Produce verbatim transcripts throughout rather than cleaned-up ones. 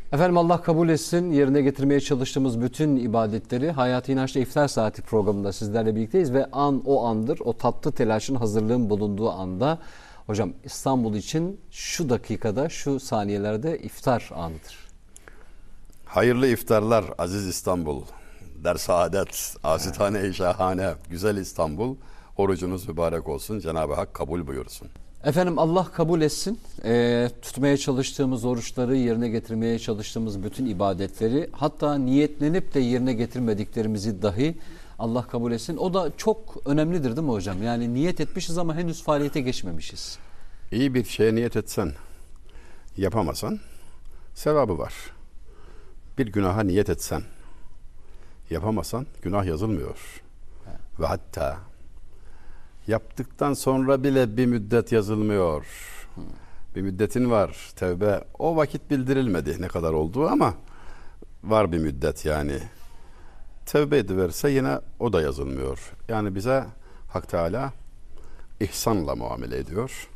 Efendim Allah kabul etsin. Yerine getirmeye çalıştığımız bütün ibadetleri Hayati İnanç'ta İftar Saati programında sizlerle birlikteyiz ve an o andır. O tatlı telaşın, hazırlığın bulunduğu anda. Hocam İstanbul için şu dakikada, şu saniyelerde iftar anıdır. Hayırlı iftarlar aziz İstanbul. Der saadet, asitane-i şahane, güzel İstanbul. Orucunuz mübarek olsun. Cenab-ı Hak kabul buyursun. Efendim Allah kabul etsin. E, tutmaya çalıştığımız oruçları, yerine getirmeye çalıştığımız bütün ibadetleri, hatta niyetlenip de yerine getirmediklerimizi dahi Allah kabul etsin. O da çok önemlidir değil mi hocam? Yani niyet etmişiz ama henüz faaliyete geçmemişiz. İyi bir şeye niyet etsen, yapamasan sevabı var. Bir günaha niyet etsen, yapamasan günah yazılmıyor. Evet. Ve hatta yaptıktan sonra bile bir müddet yazılmıyor. Hmm. Bir müddetin var. Tevbe o vakit bildirilmedi ne kadar olduğu ama var bir müddet yani. Tevbe ediverse yine o da yazılmıyor. Yani bize Hak Teala ihsanla muamele ediyor.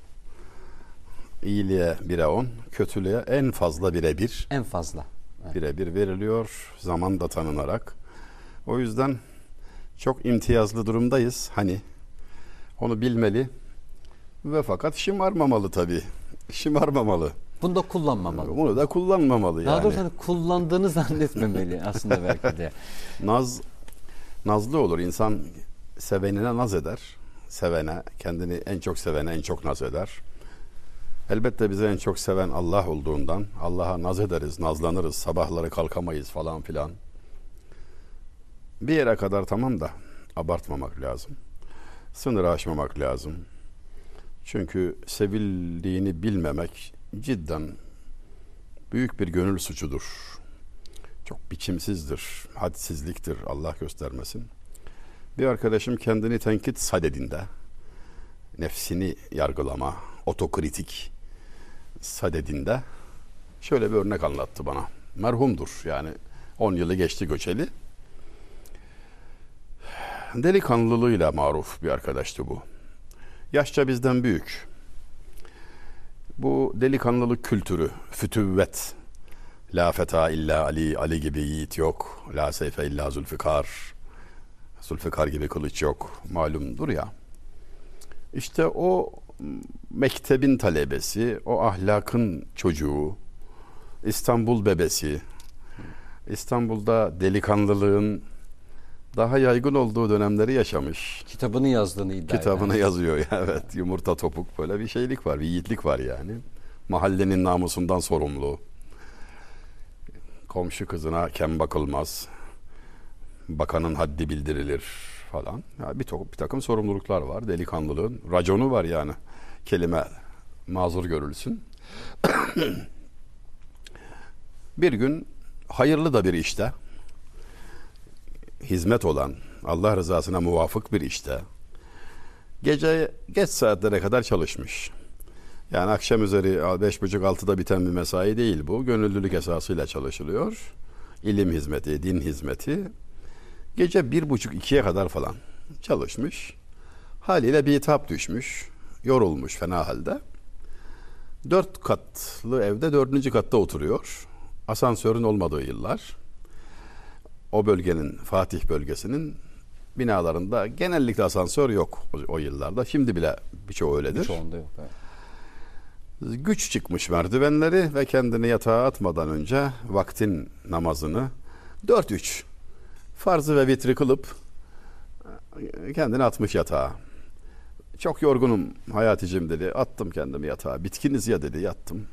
İyiliğe bire on, kötülüğe en fazla bire bir. En fazla. Evet. Bire bir veriliyor. Zaman da tanınarak. O yüzden çok imtiyazlı durumdayız. Hani onu bilmeli ve fakat şımarmamalı tabii. Şımarmamalı. Bunu da kullanmamalı. Bunu da kullanmamalı Daha yani. doğrusu hani kullandığını zannetmemeli aslında belki de. Naz, nazlı olur. İnsan sevenine naz eder. Sevene, kendini en çok sevene en çok naz eder. Elbette bize en çok seven Allah olduğundan Allah'a naz ederiz, nazlanırız, sabahları kalkamayız falan filan. Bir yere kadar tamam da abartmamak lazım. Sınırı aşmamak lazım. Çünkü sevildiğini bilmemek cidden büyük bir gönül suçudur. Çok biçimsizdir, hadsizliktir, Allah göstermesin. Bir arkadaşım kendini tenkit sadedinde, nefsini yargılama, otokritik sadedinde şöyle bir örnek anlattı bana. Merhumdur yani, on yılı geçti göçeli. Delikanlılığıyla maruf bir arkadaştı bu. Yaşça bizden büyük. Bu delikanlılık kültürü, fütüvvet, la feta illa Ali, Ali gibi yiğit yok, la seyfe illa Zülfikar, Zülfikar gibi kılıç yok, malumdur ya. İşte o mektebin talebesi, o ahlakın çocuğu, İstanbul bebesi, İstanbul'da delikanlılığın daha yaygın olduğu dönemleri yaşamış. Kitabını yazdığını iddia Kitabını eder. yazıyor ya, evet. Yumurta topuk, böyle bir şeylik var, bir yiğitlik var yani. Mahallenin namusundan sorumlu. Komşu kızına kem bakılmaz. Bakanın haddi bildirilir falan. Ya bir, to- bir takım sorumluluklar var. Delikanlılığın raconu var yani. Kelime mazur görülsün. Bir gün hayırlı da bir işte, hizmet olan, Allah rızasına muvafık bir işte, gece geç saatlere kadar çalışmış. Yani akşam üzeri beş buçuk altıda biten bir mesai değil bu. Gönüllülük esasıyla çalışılıyor. İlim hizmeti, din hizmeti. Gece bir buçuk ikiye kadar falan çalışmış. Haliyle bir hitap düşmüş. Yorulmuş fena halde. Dört katlı evde dördüncü katta oturuyor. Asansörün olmadığı yıllar. O bölgenin, Fatih bölgesinin binalarında genellikle asansör yok o, o yıllarda. Şimdi bile birçoğu öyledir. Birçoğunda yok. Evet. Güç çıkmış merdivenleri ve kendini yatağa atmadan önce vaktin namazını dört üç farzı ve vitri kılıp kendini atmış yatağa. Çok yorgunum Hayaticim dedi. Attım kendimi yatağa. Bitkiniz ya dedi. Yattım.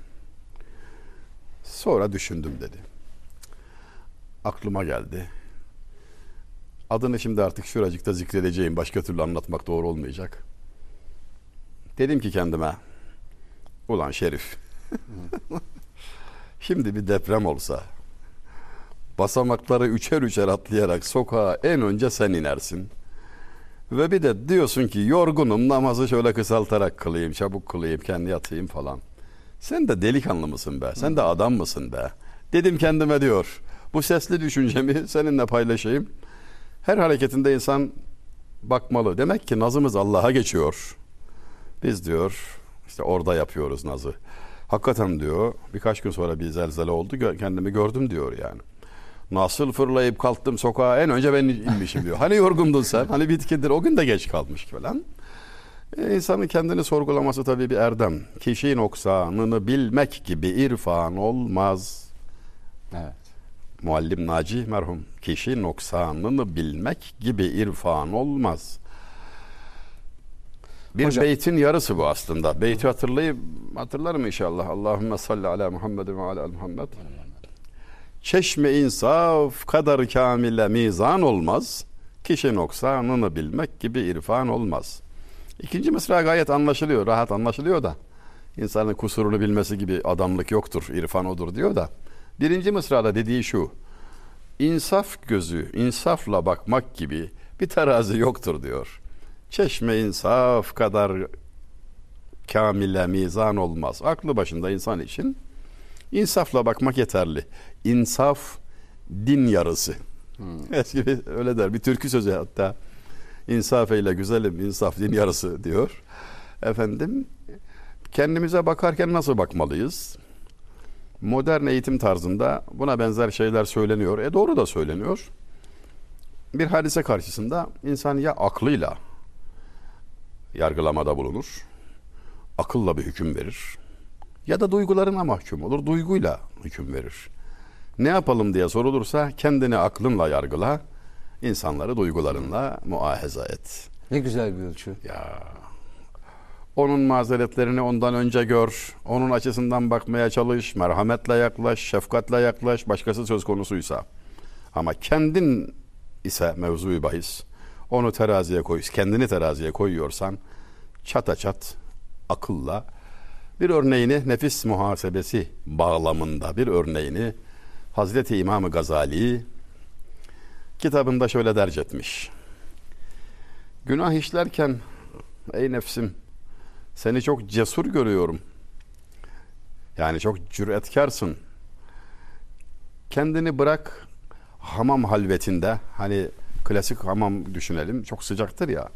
Sonra düşündüm dedi. Aklıma geldi. Adını şimdi artık şuracıkta zikredeceğim. Başka türlü anlatmak doğru olmayacak. Dedim ki kendime, ulan Şerif, şimdi bir deprem olsa, basamakları üçer üçer atlayarak sokağa en önce sen inersin. Ve bir de diyorsun ki yorgunum, namazı şöyle kısaltarak kılayım, çabuk kılayım, kendi yatayım falan. Sen de delikanlı mısın be? Sen de adam mısın be? Dedim kendime diyor. Bu sesli düşüncemi seninle paylaşayım. Her hareketinde insan bakmalı. Demek ki nazımız Allah'a geçiyor. Biz diyor işte orada yapıyoruz nazı. Hakikaten diyor, birkaç gün sonra bir zelzele oldu, gö- kendimi gördüm diyor yani. Nasıl fırlayıp kalktım sokağa, en önce ben inmişim diyor. Hani yorgundun sen, hani bitkidir, o gün de geç kalmış falan. E, insanın kendini sorgulaması tabii bir erdem. Kişi noksanını bilmek gibi irfan olmaz. Evet. Muallim Naci merhum, kişi noksanını bilmek gibi irfan olmaz. Bir Hocam, beytin yarısı bu aslında. Beyti hatırlayıp hatırlarım inşallah. Allahümme salli ala Muhammed ve ala Muhammed. Çeşme insaf kadar kamile mizan olmaz. Kişi noksanını bilmek gibi irfan olmaz. İkinci mısra gayet anlaşılıyor, rahat anlaşılıyor da. İnsanın kusurunu bilmesi gibi adamlık yoktur, irfan odur diyor da. Birinci mısrada dediği şu. İnsaf gözü, insafla bakmak gibi bir terazi yoktur diyor. Çeşme insaf kadar kamile mizan olmaz. Aklı başında insan için insafla bakmak yeterli. İnsaf din yarısı. Hmm. Eski bir, öyle der. Bir türkü sözü hatta. İnsaf eyle güzelim, insaf din yarısı diyor. Efendim, kendimize bakarken nasıl bakmalıyız? Modern eğitim tarzında buna benzer şeyler söyleniyor. E doğru da söyleniyor. Bir hadise karşısında insan ya aklıyla yargılamada bulunur, akılla bir hüküm verir ya da duygularına mahkum olur, duyguyla hüküm verir. Ne yapalım diye sorulursa kendini aklınla yargıla, insanları duygularınla muahaza et. Ne güzel bir ölçü. Ya, onun mazeretlerini ondan önce gör, onun açısından bakmaya çalış, merhametle yaklaş, şefkatle yaklaş, başkası söz konusuysa. Ama kendin ise mevzu-i bahis, onu teraziye koy, kendini teraziye koyuyorsan, çata çat, akılla, bir örneğini nefis muhasebesi bağlamında bir örneğini Hazreti İmam Gazali kitabında şöyle derc etmiş. Günah işlerken ey nefsim seni çok cesur görüyorum. Yani çok cüretkarsın. Kendini bırak hamam halvetinde, hani klasik hamam düşünelim, çok sıcaktır ya.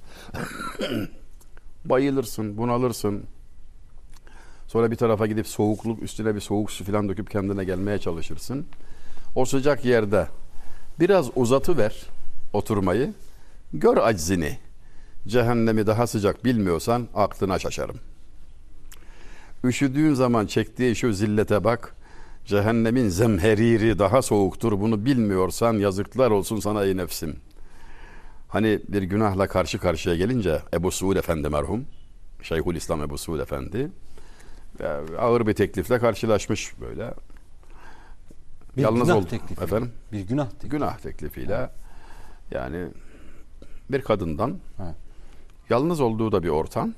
Bayılırsın, bunalırsın. Sonra bir tarafa gidip soğukluk üstüne bir soğuk su falan döküp kendine gelmeye çalışırsın. O sıcak yerde biraz uzatıver oturmayı. Gör aczini. Cehennemi daha sıcak bilmiyorsan aklına şaşarım. Üşüdüğün zaman çektiği şu zillete bak. Cehennemin zemheriri daha soğuktur. Bunu bilmiyorsan yazıklar olsun sana ey nefsim. Hani bir günahla karşı karşıya gelince Ebu Suud Efendi merhum, Şeyhülislam Ebu Suud Efendi ağır bir teklifle karşılaşmış böyle. Bir Yalnız günah oldu teklifi. efendim. Bir günah teklifi. Günah teklifiyle yani bir kadından Evet. yalnız olduğu da bir ortam.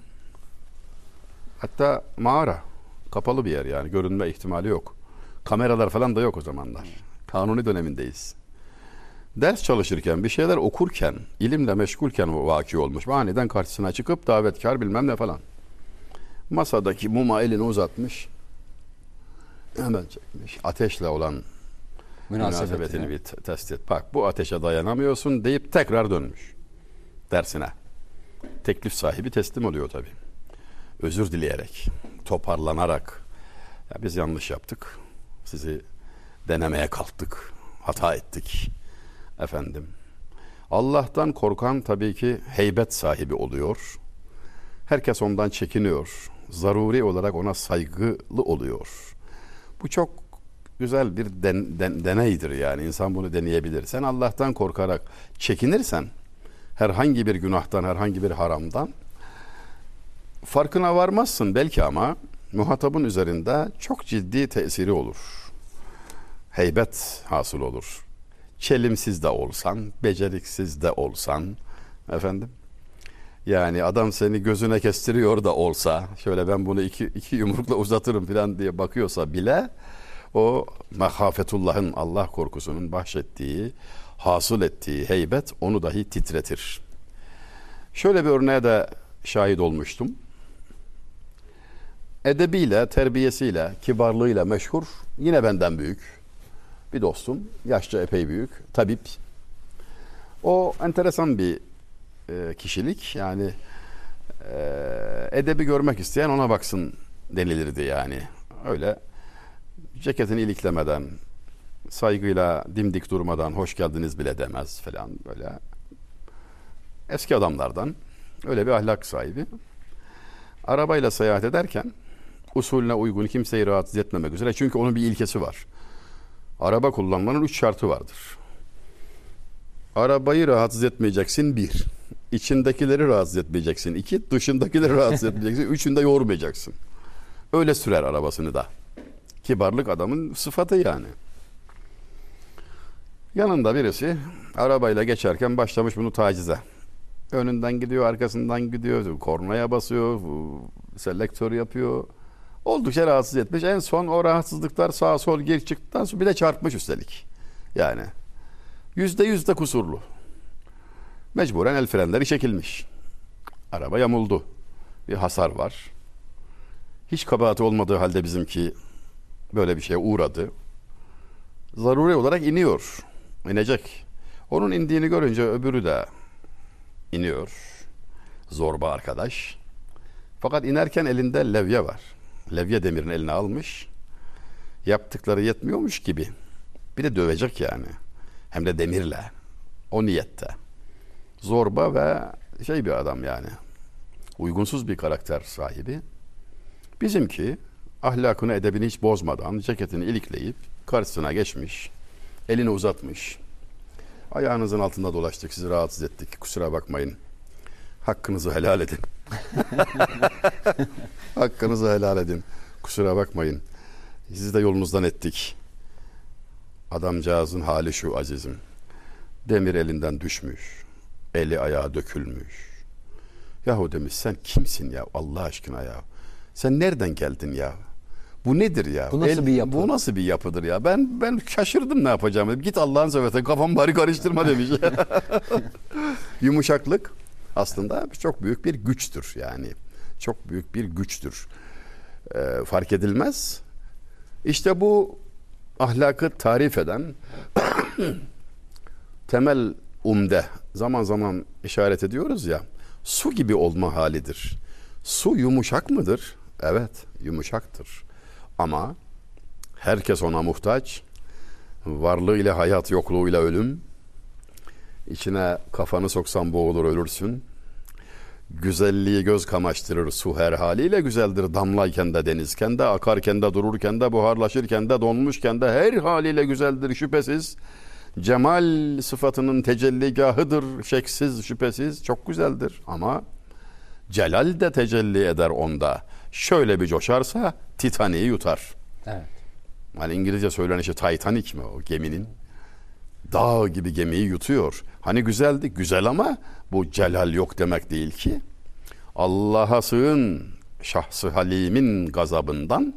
Hatta mağara, kapalı bir yer yani görünme ihtimali yok. Kameralar falan da yok o zamanlar. Kanuni dönemindeyiz. Ders çalışırken, bir şeyler okurken, ilimle meşgulken vaki olmuş. Aniden karşısına çıkıp davetkar bilmem ne falan. Masadaki muma elini uzatmış. Hemen çekmiş. Ateşle olan münasebetini, münasebetini bir t- test et. Bak bu ateşe dayanamıyorsun deyip tekrar dönmüş dersine. Teklif sahibi teslim oluyor tabii. Özür dileyerek, toparlanarak. Ya biz yanlış yaptık. Sizi denemeye kalktık. Hata ettik. Efendim. Allah'tan korkan tabii ki heybet sahibi oluyor. Herkes ondan çekiniyor. Zaruri olarak ona saygılı oluyor. Bu çok güzel bir den, den, deneydir yani. İnsan bunu deneyebilir. Sen Allah'tan korkarak çekinirsen herhangi bir günahtan, herhangi bir haramdan farkına varmazsın belki ama muhatabın üzerinde çok ciddi tesiri olur. Heybet hasıl olur. Çelimsiz de olsan, beceriksiz de olsan efendim. Yani adam seni gözüne kestiriyor da olsa, şöyle ben bunu iki, iki yumrukla uzatırım falan diye bakıyorsa bile o mahafetullah'ın, Allah korkusunun bahşettiği, hasıl ettiği heybet onu dahi titretir. Şöyle bir örneğe de şahit olmuştum. Edebiyle, terbiyesiyle, kibarlığıyla meşhur, yine benden büyük bir dostum, yaşça epey büyük, tabip. O enteresan bir e, kişilik, yani e, edebi görmek isteyen ona baksın denilirdi yani. Öyle ceketini iliklemeden, saygıyla dimdik durmadan hoş geldiniz bile demez falan, böyle eski adamlardan, öyle bir ahlak sahibi. Arabayla seyahat ederken usulüne uygun, kimseyi rahatsız etmemek üzere, çünkü onun bir ilkesi var. Araba kullanmanın üç şartı vardır. Arabayı rahatsız etmeyeceksin bir. İçindekileri rahatsız etmeyeceksin iki. Dışındakileri rahatsız etmeyeceksin. Üçünü de yormayacaksın. Öyle sürer arabasını da. Kibarlık adamın sıfatı yani. Yanında birisi arabayla geçerken başlamış bunu tacize. Önünden gidiyor, arkasından gidiyor, kornaya basıyor, selektör yapıyor. Oldukça rahatsız etmiş. En son o rahatsızlıklar sağa sol gir çıktıktan sonra bir de çarpmış üstelik. Yani yüzde yüzde kusurlu. Mecburen el frenleri çekilmiş. Araba yamuldu. Bir hasar var. Hiç kabahati olmadığı halde bizimki böyle bir şeye uğradı. Zaruri olarak iniyor. İnecek. Onun indiğini görünce öbürü de iniyor. Zorba arkadaş. Fakat inerken elinde levye var. Levye demirini eline almış. Yaptıkları yetmiyormuş gibi. Bir de dövecek yani. Hem de demirle. O niyette. Zorba ve şey bir adam yani. Uygunsuz bir karakter sahibi. Bizimki ahlakını, edebini hiç bozmadan ceketini ilikleyip karşısına geçmiş. Elini uzatmış. Ayağınızın altında dolaştık, sizi rahatsız ettik. Kusura bakmayın. Hakkınızı helal edin. Hakkınızı helal edin. Kusura bakmayın. Sizi de yolunuzdan ettik. Adamcağızın hali şu azizim. Demir elinden düşmüş. Eli ayağı dökülmüş. Yahu demiş, sen kimsin ya Allah aşkına ya? Sen nereden geldin ya? Bu nedir ya? Bu nasıl El, bir yapı? Bu nasıl bir yapıdır ya? Ben ben şaşırdım ne yapacağımı. Dedim. Git Allah'ın seversen kafamı bari karıştırma demiş. Yumuşaklık aslında çok büyük bir güçtür yani. Çok büyük bir güçtür. Ee, fark edilmez. İşte bu ahlakı tarif eden temel umde, zaman zaman işaret ediyoruz ya, su gibi olma halidir. Su yumuşak mıdır? Evet, yumuşaktır. Ama herkes ona muhtaç. Varlığıyla hayat, yokluğuyla ölüm. İçine kafanı soksan boğulur ölürsün. Güzelliği göz kamaştırır su her haliyle güzeldir. Damlayken de denizken de, akarken de dururken de, buharlaşırken de, donmuşken de her haliyle güzeldir şüphesiz. Cemal sıfatının tecelligahıdır şeksiz şüphesiz, çok güzeldir. Ama celal de tecelli eder onda. Şöyle bir coşarsa Titanic'i yutar. Evet. Hani İngilizce söylenişi Titanic mi o geminin? Dağ gibi gemiyi yutuyor. Hani güzeldi, güzel ama bu celal yok demek değil ki. Allah'a sığın şahsı halimin gazabından,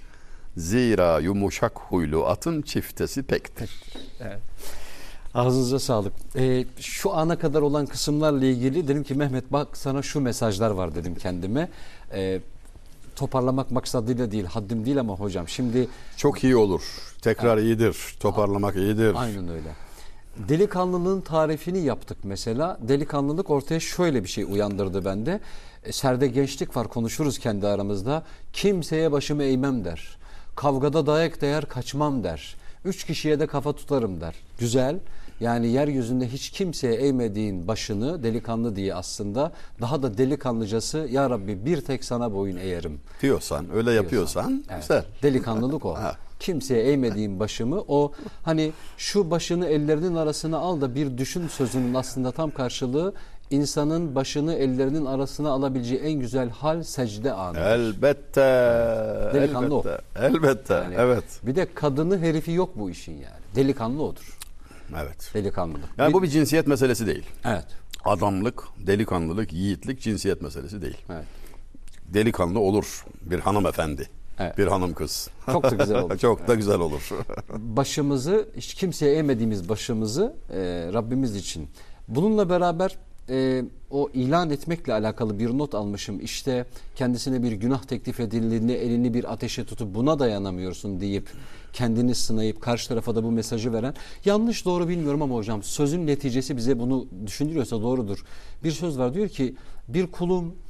zira yumuşak huylu atın çiftesi pektir. Evet. Ağzınıza sağlık. Ee, şu ana kadar olan kısımlarla ilgili dedim ki Mehmet bak sana şu mesajlar var dedim kendime. Ee, toparlamak maksadıyla değil, haddim değil ama hocam şimdi... Çok iyi olur. Tekrar evet. iyidir. Toparlamak iyidir. Aynen öyle. Delikanlılığın tarifini yaptık mesela. Delikanlılık ortaya şöyle bir şey uyandırdı bende. E, serde gençlik var, konuşuruz kendi aramızda. Kimseye başımı eğmem der. Kavgada dayak değer kaçmam der. Üç kişiye de kafa tutarım der. Güzel. Yani yeryüzünde hiç kimseye eğmediğin başını delikanlı diye aslında daha da delikanlıcası ya Rabbi bir tek sana boyun eğerim Diyorsan, öyle yapıyorsan evet. güzel. Delikanlılık o. Ha. Kimseye eğmediğin başımı, o hani şu başını ellerinin arasına al da bir düşün sözünün aslında tam karşılığı, insanın başını ellerinin arasına alabileceği en güzel hal secde anıdır. Elbette. Delikanlı elbette. Elbette. Yani evet. Bir de kadını herifi yok bu işin yani. Delikanlı odur. Evet. Delikanlılık. Yani bir, bu bir cinsiyet meselesi değil. Evet. Adamlık, delikanlılık, yiğitlik cinsiyet meselesi değil. Evet. Delikanlı olur bir hanımefendi. Evet. Bir hanım kız. Çok da güzel olur. Çok da güzel olur. Başımızı, hiç kimseye eğmediğimiz başımızı e, Rabbimiz için. Bununla beraber e, o ilan etmekle alakalı bir not almışım. İşte kendisine bir günah teklif edildiğinde elini bir ateşe tutup buna dayanamıyorsun deyip kendini sınayıp karşı tarafa da bu mesajı veren, yanlış doğru bilmiyorum ama hocam sözün neticesi bize bunu düşündürüyorsa doğrudur. Bir söz var, diyor ki bir kulum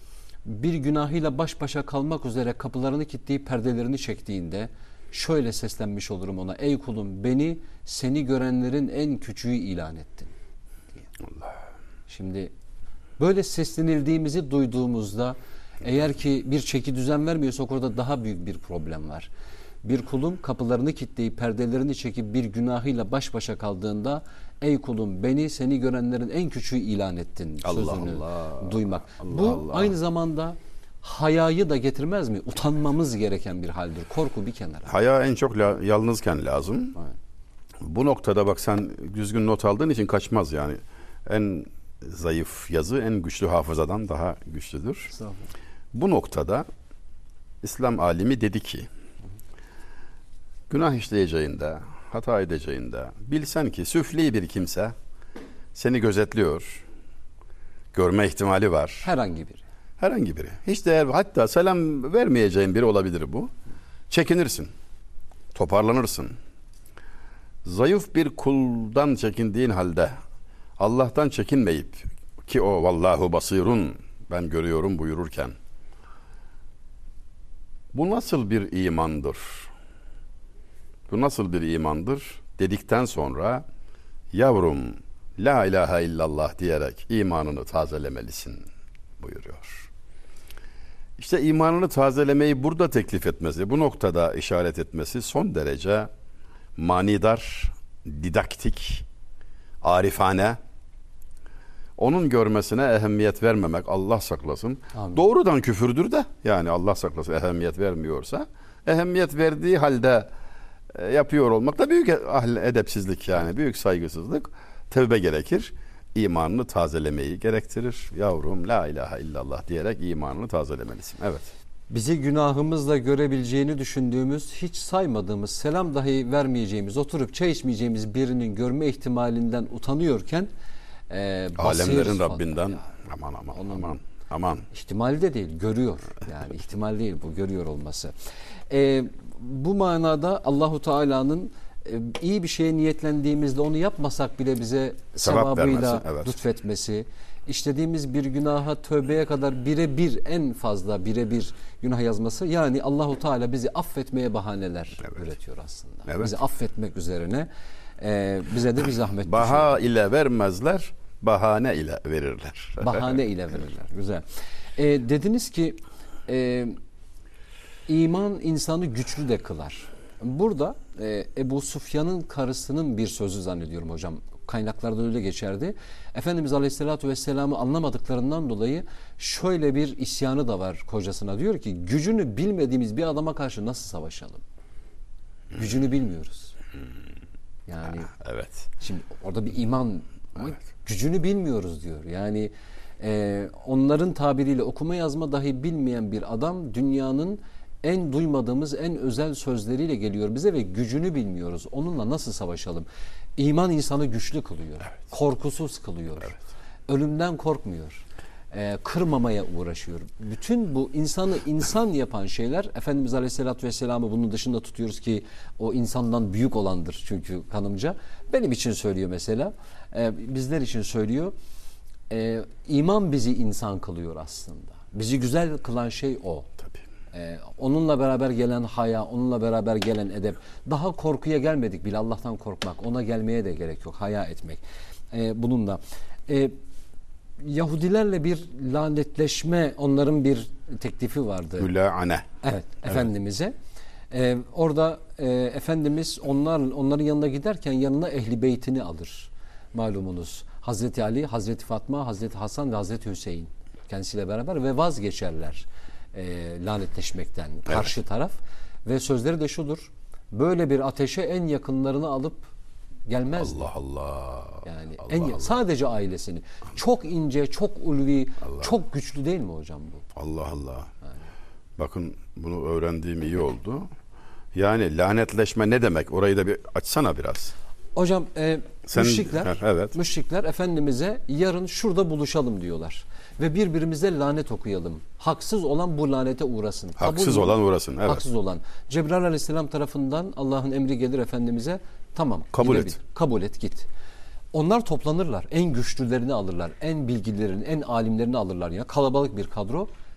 bir günahıyla baş başa kalmak üzere kapılarını kilitleyip perdelerini çektiğinde şöyle seslenmiş olurum ona: ey kulum, beni seni görenlerin en küçüğü ilan ettin diye. Allah. Şimdi böyle seslenildiğimizi duyduğumuzda eğer ki bir çeki düzen vermiyorsak orada daha büyük bir problem var. Bir kulum kapılarını kilitleyip perdelerini çekip bir günahıyla baş başa kaldığında ey kulum, beni seni görenlerin en küçüğü ilan ettin Allah sözünü Allah. duymak. Allah Bu Allah. aynı zamanda hayayı da getirmez mi? Utanmamız gereken bir haldir. Korku bir kenara. Haya en çok la- yalnızken lazım. Evet. Bu noktada bak, sen düzgün not aldığın için kaçmaz yani. En zayıf yazı en güçlü hafızadan daha güçlüdür. Bu noktada İslam alimi dedi ki, günah işleyeceğinde, hata edeceğinde bilsen ki süfli bir kimse seni gözetliyor, görme ihtimali var. Herhangi biri. Herhangi biri. Hiç değer, hatta selam vermeyeceğin biri olabilir bu. Çekinirsin, toparlanırsın. Zayıf bir kuldan çekindiğin halde Allah'tan çekinmeyip, ki o vallahu basirun, ben görüyorum buyururken, bu nasıl bir imandır? Bu nasıl bir imandır dedikten sonra yavrum la ilahe illallah diyerek imanını tazelemelisin buyuruyor. İşte imanını tazelemeyi burada teklif etmesi, bu noktada işaret etmesi son derece manidar, didaktik, arifane. Onun görmesine ehemmiyet vermemek, Allah saklasın. Amin. Doğrudan küfürdür de, yani Allah saklasın, ehemmiyet vermiyorsa, ehemmiyet verdiği halde e, yapıyor olmak da büyük ahl edepsizlik, yani büyük saygısızlık. Tevbe gerekir. İmanını tazelemeyi gerektirir. Yavrum la ilahe illallah diyerek imanını tazelemelisin. Evet. Bizi günahımızla görebileceğini düşündüğümüz, hiç saymadığımız, selam dahi vermeyeceğimiz, oturup çay içmeyeceğimiz birinin görme ihtimalinden utanıyorken e, alemlerin Rabbinden ya, aman aman onun aman aman ihtimal de değil, görüyor. Yani ihtimal değil bu, görüyor olması. E, bu manada Allahu Teala'nın e, iyi bir şeye niyetlendiğimizde onu yapmasak bile bize sevap sevabıyla vermesi, evet. lütfetmesi, işlediğimiz bir günaha tövbeye kadar birebir, en fazla birebir günah yazması, yani Allahu Teala bizi affetmeye bahaneler evet. üretiyor aslında. Evet. Bizi affetmek üzerine e, bize de bir zahmet baha düşüyor. ile vermezler, bahane ile verirler. Bahane ile verirler. Güzel. E, dediniz ki e, iman insanı güçlü de kılar. Burada e, Ebu Sufyan'ın karısının bir sözü zannediyorum hocam. Kaynaklarda öyle geçerdi. Efendimiz Aleyhisselatü Vesselam'ı anlamadıklarından dolayı şöyle bir isyanı da var kocasına. Diyor ki, gücünü bilmediğimiz bir adama karşı nasıl savaşalım? Gücünü bilmiyoruz. Yani evet. Şimdi orada bir iman ama evet. gücünü bilmiyoruz diyor. Yani e, onların tabiriyle okuma yazma dahi bilmeyen bir adam dünyanın en duymadığımız en özel sözleriyle geliyor bize ve gücünü bilmiyoruz. Onunla nasıl savaşalım? İman insanı güçlü kılıyor. Evet. Korkusuz kılıyor. Evet. Ölümden korkmuyor. Ee, kırmamaya uğraşıyor. Bütün bu insanı insan yapan şeyler, Efendimiz Aleyhisselatü Vesselam'ı bunun dışında tutuyoruz ki o insandan büyük olandır çünkü kanımca. Benim için söylüyor mesela. Ee, bizler için söylüyor. Ee, iman bizi insan kılıyor aslında. Bizi güzel kılan şey o. Tabii. Ee, onunla beraber gelen haya, onunla beraber gelen edep. Daha korkuya gelmedik bile, Allah'tan korkmak. Ona gelmeye de gerek yok. Haya etmek. Ee, bununla. Ee, Yahudilerle bir lanetleşme, onların bir teklifi vardı. Mülâane. Evet, evet. Efendimiz'e. Ee, orada e, Efendimiz onlar onların yanına giderken yanına ehli beytini alır. Malumunuz. Hazreti Ali, Hazreti Fatma, Hazreti Hasan ve Hazreti Hüseyin kendisiyle beraber ve vazgeçerler e, lanetleşmekten karşı evet. taraf. Ve sözleri de şudur: böyle bir ateşe en yakınlarını alıp gelmez. Allah Allah. Yani Allah en Allah. sadece ailesini. Çok ince, çok ulvi, Allah. Çok güçlü değil mi hocam bu? Allah Allah. Yani. Bakın bunu öğrendiğim iyi oldu. Yani lanetleşme ne demek? Orayı da bir açsana biraz. Hocam e, Sen, müşrikler, evet. müşrikler Efendimiz'e yarın şurada buluşalım diyorlar. Ve birbirimize lanet okuyalım. Haksız olan bu lanete uğrasın. Haksız Kabul olan uğrasın. Evet. Haksız olan. Cebrail Aleyhisselam tarafından Allah'ın emri gelir Efendimiz'e. Tamam. Kabul et. Bir, kabul et, git. Onlar toplanırlar. En güçlülerini alırlar. En bilgilerini, en alimlerini alırlar ya. Kalabalık bir kadro.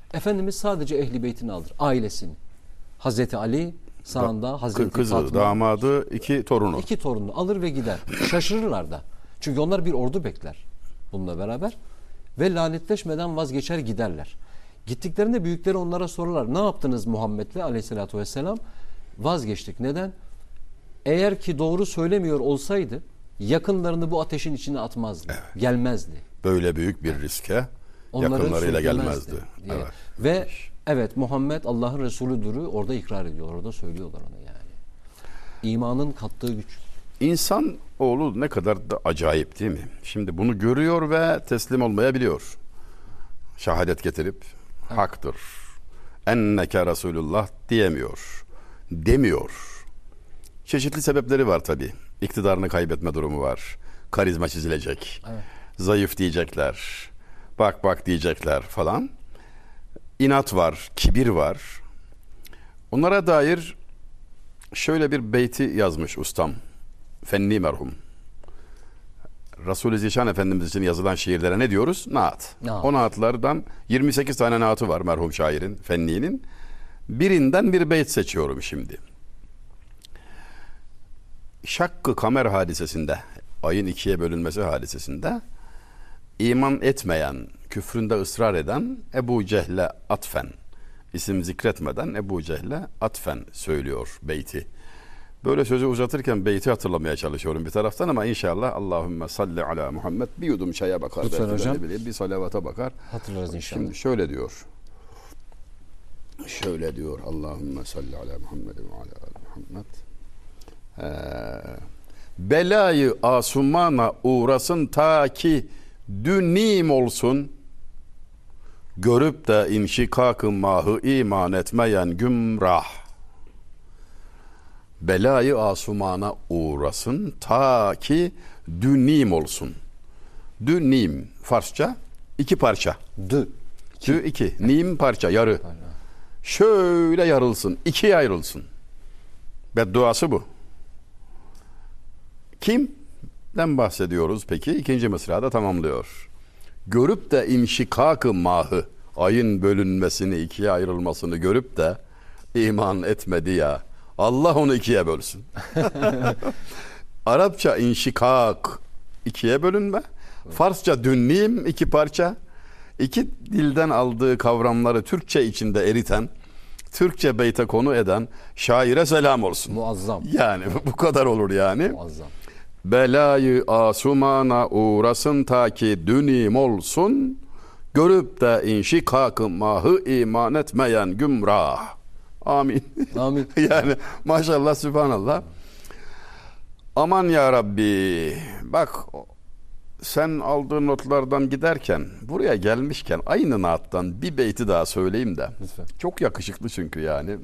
Efendimiz sadece Ehl-i Beyt'ini alır. Ailesini. Hazreti Ali sağında, Hazreti Kızı, Fatıma, damadı, iki torunu. iki torununu alır ve gider. Şaşırırlar da. Çünkü onlar bir ordu bekler bununla beraber. Ve lanetleşmeden vazgeçer giderler. Gittiklerinde büyükleri onlara sorarlar. Ne yaptınız Muhammed'le aleyhissalatü vesselam? Vazgeçtik. Neden? Eğer ki doğru söylemiyor olsaydı yakınlarını bu ateşin içine atmazdı. Evet. Gelmezdi. Böyle büyük bir riske Onları yakınlarıyla sürüklemezdi gelmezdi. diye. Evet. Ve evet Muhammed Allah'ın Resulüdür orada ikrar ediyorlar. Orada söylüyorlar ona yani. İmanın kattığı güç. İnsan oğlu ne kadar da acayip değil mi? Şimdi bunu görüyor ve teslim olmayabiliyor. Şehadet getirip evet. haktır. Enneke Resulullah diyemiyor. Demiyor. Çeşitli sebepleri var tabii. İktidarını kaybetme durumu var. Karizma çizilecek. Evet. Zayıf diyecekler. Bak bak diyecekler falan. İnat var, kibir var. Onlara dair şöyle bir beyti yazmış ustam. Fenni merhum. Resul-i Zişan Efendimiz için yazılan şiirlere ne diyoruz? Naat. Naat. O naatlardan yirmi sekiz tane naatı var merhum şairin, Fenni'nin. Birinden bir beyt seçiyorum şimdi. Şakkı kamer hadisesinde, ayın ikiye bölünmesi hadisesinde iman etmeyen, küfründe ısrar eden Ebu Cehle atfen, isim zikretmeden Ebu Cehle atfen söylüyor beyti. Böyle sözü uzatırken beyti hatırlamaya çalışıyorum bir taraftan ama inşallah Allahümme salli ala Muhammed bir yudum çaya bakar. Lütfen hocam. Bileyim, bir salavata bakar. Hatırlarız inşallah. Şimdi şöyle diyor. Şöyle diyor. Allahümme salli ala Muhammed ve ala Muhammed. Ee, belayı asumana uğrasın ta ki dünim olsun. Görüp de inşikak-ı mahı iman etmeyen gümrah. Belayı asumana uğrasın ta ki dünim olsun. Dünim Farsça iki parça. Dü. Dü iki. Nim parça yarı. Şöyle yarılsın. İkiye ayrılsın. Bedduası bu. Kimden bahsediyoruz peki? İkinci mısrada tamamlıyor. Görüp de inşikak-ı mahı, ayın bölünmesini, ikiye ayrılmasını görüp de iman etmedi ya. Allah onu ikiye bölsün. Arapça inşikak, ikiye bölünme. Farsça dünnim, iki parça. İki dilden aldığı kavramları Türkçe içinde eriten, Türkçe beyte konu eden şaire selam olsun. Muazzam. Yani bu kadar olur yani. Muazzam. Belayı asumana uğrasın ta ki dünim olsun. Görüp de inşikak-ı mahı iman etmeyen gümrah. Amin. Amin. Yani maşallah sübhanallah. Aman ya Rabbi. Bak sen aldığın notlardan giderken buraya gelmişken aynı naattan bir beyti daha söyleyeyim de. Lütfen. Çok yakışıklı çünkü yani.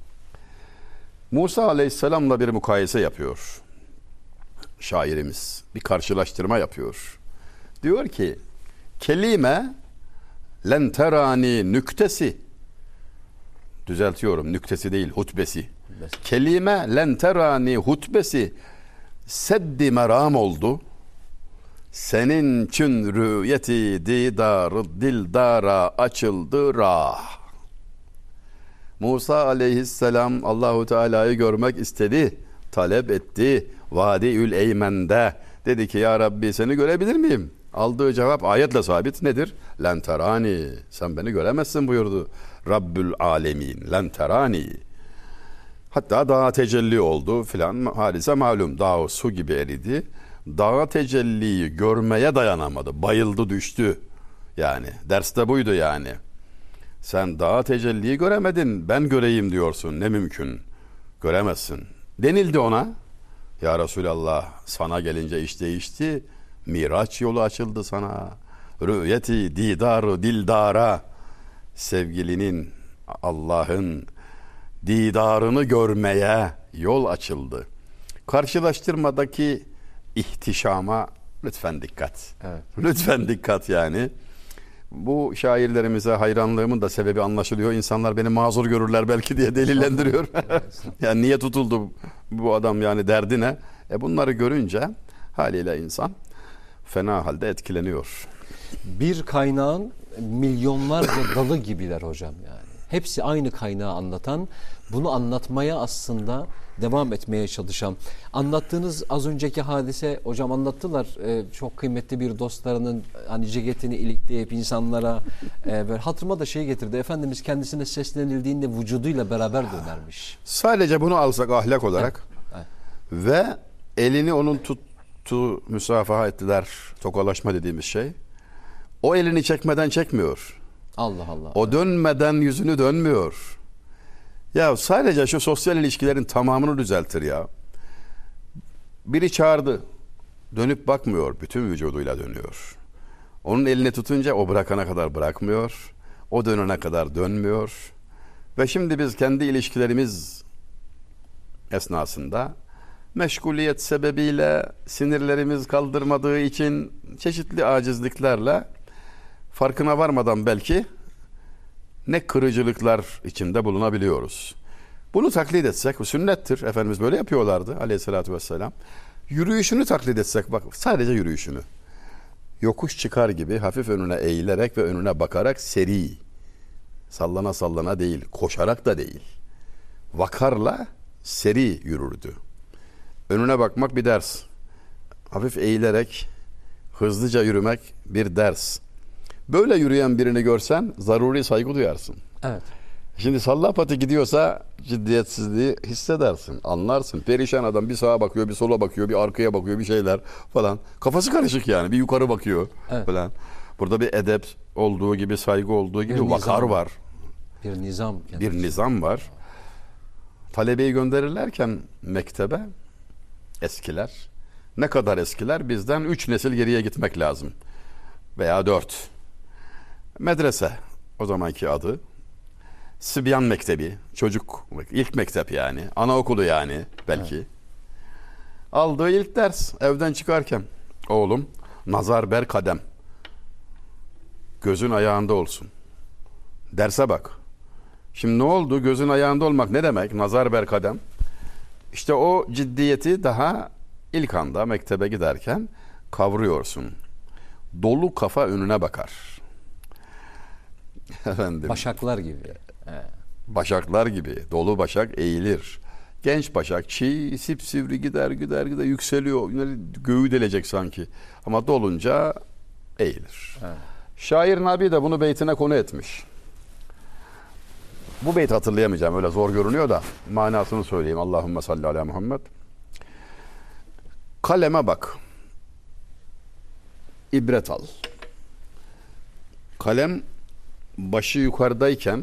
Musa Aleyhisselam'la bir mukayese yapıyor şairimiz. Bir karşılaştırma yapıyor. Diyor ki kelime len terani nüktesi, düzeltiyorum nüktesi değil hutbesi. Hutbesi. Kelime len terani hutbesi seddi meram oldu. Senin için rüyeti didarı dildara açıldı rah. Musa aleyhisselam Allahu Teala'yı görmek istedi, talep etti. Vadi-ül Eymen'de dedi ki ya Rabbi seni görebilir miyim? Aldığı cevap ayetle sabit nedir? Len terani, sen beni göremezsin buyurdu Rabbül Alemin. Len terani. Hatta dağa tecelli oldu filan hadise malum. Dağ su gibi eridi. Dağa tecelliyi görmeye dayanamadı. Bayıldı düştü. Yani derste buydu yani. Sen dağa tecelliyi göremedin. Ben göreyim diyorsun. Ne mümkün. Göremezsin. Denildi ona. Ya Resulallah sana gelince iş değişti. Miraç yolu açıldı sana. Rüyeti didarı dildara. Sevgilinin Allah'ın didarını görmeye yol açıldı. Karşılaştırmadaki ihtişama lütfen dikkat. Evet. Lütfen dikkat yani. Bu şairlerimize hayranlığımın da sebebi anlaşılıyor. İnsanlar beni mazur görürler belki diye delillendiriyor. Yani niye tutuldu bu adam yani derdi ne? E bunları görünce haliyle insan fena halde etkileniyor. Bir kaynağın milyonlarca dalı gibiler hocam yani. Hepsi aynı kaynağı anlatan, bunu anlatmaya aslında devam etmeye çalışan. Anlattığınız az önceki hadise, hocam anlattılar, e, çok kıymetli bir dostlarının hani ceketini ilikleyip insanlara e, böyle hatırıma da şey getirdi. Efendimiz kendisine seslenildiğinde vücuduyla beraber dönermiş. Sadece bunu alsak ahlak olarak Evet, ve elini onun tuttu, müsafaha ettiler, tokalaşma dediğimiz şey. O elini çekmeden çekmiyor. Allah Allah. O dönmeden yüzünü dönmüyor. Ya sadece şu sosyal ilişkilerin tamamını düzeltir ya. Biri çağırdı. Dönüp bakmıyor. Bütün vücuduyla dönüyor. Onun elini tutunca o bırakana kadar bırakmıyor. O dönene kadar dönmüyor. Ve şimdi biz kendi ilişkilerimiz esnasında meşguliyet sebebiyle sinirlerimiz kaldırmadığı için çeşitli acizliklerle farkına varmadan belki ne kırıcılıklar içinde bulunabiliyoruz. Bunu taklit etsek, bu sünnettir. Efendimiz böyle yapıyorlardı aleyhissalatü vesselam. Yürüyüşünü taklit etsek, bak sadece yürüyüşünü. Yokuş çıkar gibi hafif önüne eğilerek ve önüne bakarak seri. Sallana sallana değil, koşarak da değil. Vakarla seri yürürdü. Önüne bakmak bir ders. Hafif eğilerek hızlıca yürümek bir ders. Böyle yürüyen birini görsen zaruri saygı duyarsın. Evet. Şimdi sallapati gidiyorsa ciddiyetsizliği hissedersin, anlarsın. Perişan adam bir sağa bakıyor, bir sola bakıyor, bir arkaya bakıyor, bir şeyler falan. Kafası karışık yani, bir yukarı bakıyor Evet. falan. Burada bir edep olduğu gibi, saygı olduğu gibi Bir vakar nizam. var. Bir nizam. Bir nizam var. Talebeyi gönderirlerken mektebe eskiler, ne kadar eskiler? Bizden üç nesil geriye gitmek lazım. Veya dört. Medrese o zamanki adı. Sibyan Mektebi, çocuk ilk mektep yani, anaokulu yani belki. Evet. Aldığı ilk ders evden çıkarken, oğlum nazar ber kadem, gözün ayağında olsun. Derse bak. Şimdi ne oldu? Gözün ayağında olmak ne demek? Nazar ber kadem. İşte o ciddiyeti daha ilk anda mektebe giderken kavruyorsun. Dolu kafa önüne bakar. Efendim. Başaklar gibi. Evet. Başaklar gibi. Dolu başak eğilir. Genç başak çiğ, sipsivri gider gider gider yükseliyor. Göğü delecek sanki. Ama dolunca eğilir. Evet. Şair Nabi de bunu beytine konu etmiş. Bu beyti hatırlayamayacağım. Öyle zor görünüyor da manasını söyleyeyim. Allahümme salli ala Muhammed. Kaleme bak. İbret al. Kalem başı yukarıdayken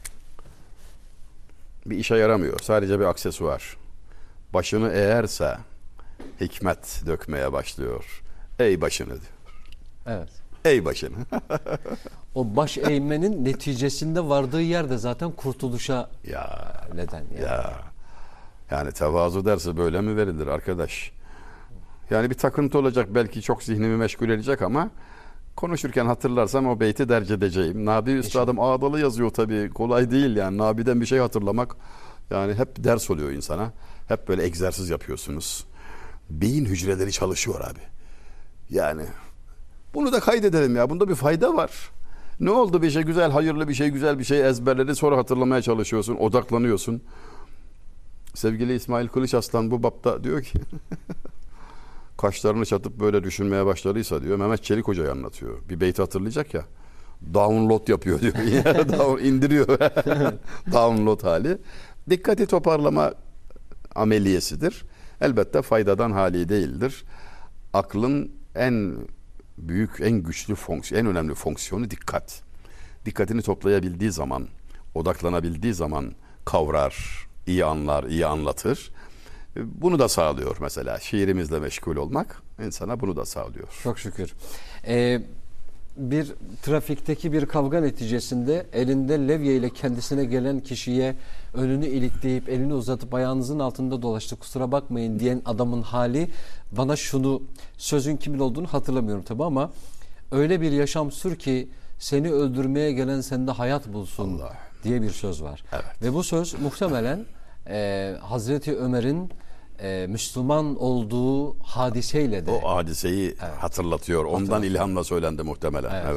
bir işe yaramıyor. Sadece bir aksesuar. Başını eğerse hikmet dökmeye başlıyor. Ey başını diyor. Evet. Ey başını. O baş eğmenin neticesinde vardığı yerde zaten kurtuluşa ya neden yani. Ya. Yani tevazu dersi böyle mi verilir arkadaş? Yani bir takıntı olacak, belki çok zihnimi meşgul edecek ama konuşurken hatırlarsam o beyti derc edeceğim. Nabi Üstadım ağdalı yazıyor tabii. Kolay değil yani. Nabi'den bir şey hatırlamak yani hep ders oluyor insana. Hep böyle egzersiz yapıyorsunuz. Beyin hücreleri çalışıyor abi. Yani bunu da kaydedelim ya. Bunda bir fayda var. Ne oldu, bir şey güzel, hayırlı bir şey, güzel bir şey ezberledi. Sonra hatırlamaya çalışıyorsun, odaklanıyorsun. Sevgili İsmail Kılıçaslan bu bapta diyor ki kaşlarını çatıp böyle düşünmeye başladıysa diyor, Mehmet Çelik Hoca'yı anlatıyor. Bir beyti hatırlayacak ya. Download yapıyor diyor. Down, indiriyor. Download hali. Dikkati toparlama ameliyesidir. Elbette faydadan hali değildir. Aklın en büyük, en güçlü fonksiyon, en önemli fonksiyonu dikkat. Dikkatini toplayabildiği zaman, odaklanabildiği zaman kavrar, iyi anlar, iyi anlatır. Bunu da sağlıyor mesela. Şiirimizle meşgul olmak insana bunu da sağlıyor. Çok şükür. Ee, bir trafikteki bir kavga neticesinde elinde levye ile kendisine gelen kişiye önünü ilikleyip elini uzatıp ayağınızın altında dolaştı kusura bakmayın diyen adamın hali bana şunu, sözün kimin olduğunu hatırlamıyorum tabi ama öyle bir yaşam sür ki seni öldürmeye gelen sende hayat bulsun Allah diye bir söz var. Evet. Ve bu söz muhtemelen e, Hazreti Ömer'in e, Müslüman olduğu hadiseyle de o hadiseyi evet. hatırlatıyor. Ondan Hatırlat. ilhamla söylendi muhtemelen. Evet. evet.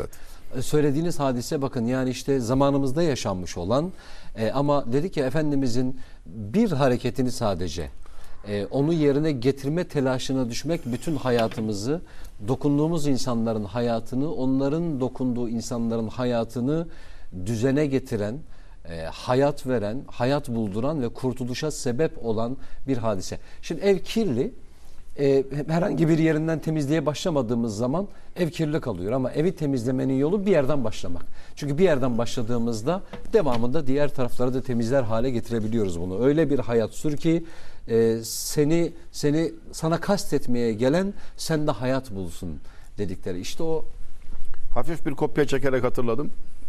söylediğiniz hadise bakın yani işte zamanımızda yaşanmış olan e, ama dedi ki Efendimizin bir hareketini sadece e, onu yerine getirme telaşına düşmek bütün hayatımızı, dokunduğumuz insanların hayatını, onların dokunduğu insanların hayatını düzene getiren, e, hayat veren, hayat bulduran ve kurtuluşa sebep olan bir hadise. Şimdi ev kirli. E, herhangi bir yerinden temizliğe başlamadığımız zaman ev kirli kalıyor ama evi temizlemenin yolu bir yerden başlamak. Çünkü bir yerden başladığımızda devamında diğer tarafları da temizler hale getirebiliyoruz bunu. Öyle bir hayat sür ki e, seni seni sana kastetmeye gelen sende hayat bulsun dedikleri. İşte o. Hafif bir kopya çekerek hatırladım.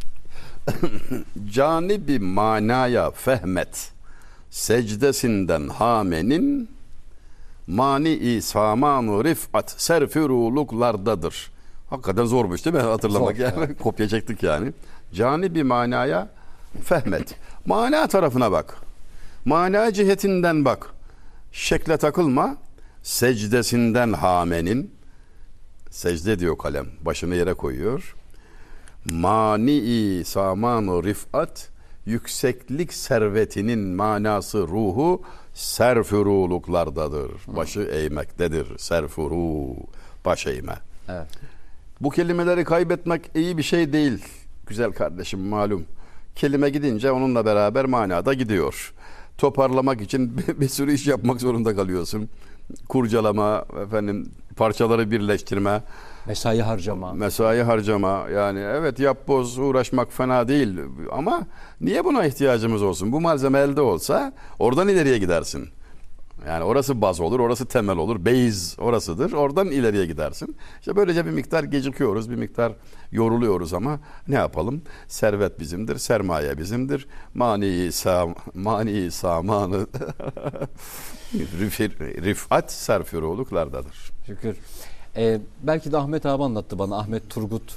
Canibi manaya fehmet secdesinden hamenin mani-i saman-ı rifat serfiruluklardadır. Hakikaten zormuş değil mi hatırlamak? Zor, yani. evet. Kopya çektik yani. Canibi manaya fehmet. Mana tarafına bak. Mana cihetinden bak. Şekle takılma. Secdesinden hamenin, secde diyor kalem, başını yere koyuyor. Mani-i saman-ı rifat, yükseklik servetinin manası, ruhu serfuruluklardadır. Başı eğmektedir. Serfuru, baş eğme. Evet. Bu kelimeleri kaybetmek iyi bir şey değil. Güzel kardeşim, malum. Kelime gidince onunla beraber manada gidiyor. Toparlamak için bir, bir sürü iş yapmak zorunda kalıyorsun. Kurcalama, efendim parçaları birleştirme, Mesai harcama. mesai harcama. Yani evet, yap boz uğraşmak fena değil ama niye buna ihtiyacımız olsun? Bu malzeme elde olsa oradan ileriye gidersin. Yani orası baz olur, orası temel olur. Base orasıdır. Oradan ileriye gidersin. İşte böylece bir miktar gecikiyoruz, bir miktar yoruluyoruz ama ne yapalım? Servet bizimdir, sermaye bizimdir. Mani sam mani samanı rifat serfiruluklardadır. Şükür. Ee, belki de Ahmet abi anlattı bana, Ahmet Turgut.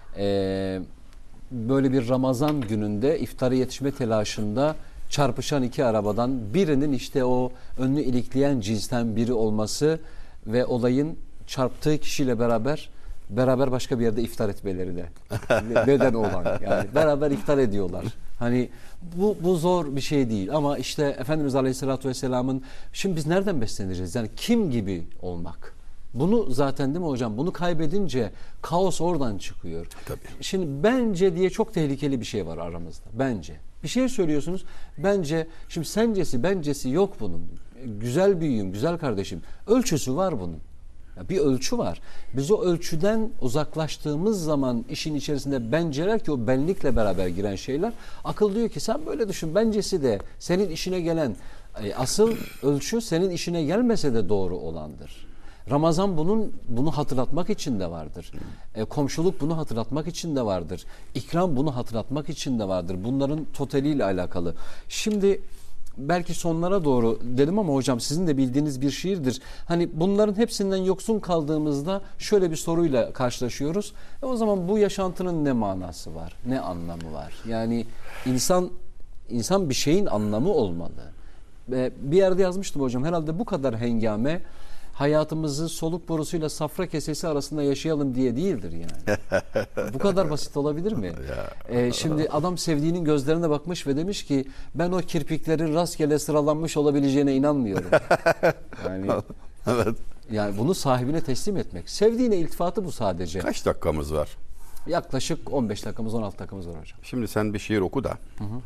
Ee, böyle bir Ramazan gününde iftara yetişme telaşında çarpışan iki arabadan birinin işte o önünü ilikleyen cinsten biri olması ve olayın çarptığı kişiyle beraber beraber başka bir yerde iftar etmeleri de neden olan, yani beraber iftar ediyorlar. Hani bu, bu zor bir şey değil ama işte Efendimiz Aleyhisselatü Vesselam'ın, şimdi biz nereden besleneceğiz? Yani kim gibi olmak? Bunu zaten değil mi hocam? Bunu kaybedince kaos oradan çıkıyor. Tabii. Şimdi bence diye çok tehlikeli bir şey var aramızda. Bence. Bir şey söylüyorsunuz. Bence, şimdi sencesi bencesi yok bunun. Güzel büyüğüm, güzel kardeşim. Ölçüsü var bunun. Ya bir ölçü var. Biz o ölçüden uzaklaştığımız zaman işin içerisinde benceler, ki o benlikle beraber giren şeyler, akıl diyor ki sen böyle düşün. Bencesi de senin işine gelen, asıl ölçü senin işine gelmese de doğru olandır. Ramazan bunun bunu hatırlatmak için de vardır. E, komşuluk bunu hatırlatmak için de vardır. İkram bunu hatırlatmak için de vardır. Bunların totaliyle alakalı. Şimdi belki sonlara doğru dedim ama hocam sizin de bildiğiniz bir şiirdir. Hani bunların hepsinden yoksun kaldığımızda şöyle bir soruyla karşılaşıyoruz. E, o zaman bu yaşantının ne manası var? Ne anlamı var? Yani insan insan bir şeyin anlamı olmalı. E, bir yerde yazmıştım hocam, herhalde bu kadar hengame hayatımızı soluk borusuyla safra kesesi arasında yaşayalım diye değildir yani. Bu kadar basit olabilir mi? Ee, şimdi adam sevdiğinin gözlerine bakmış ve demiş ki ben o kirpiklerin rastgele sıralanmış olabileceğine inanmıyorum. Yani, evet. Yani bunu sahibine teslim etmek. Sevdiğine iltifatı bu sadece. Kaç dakikamız var? Yaklaşık on beş dakikamız, on altı dakikamız var hocam. Şimdi sen bir şiir oku da. Hı hı.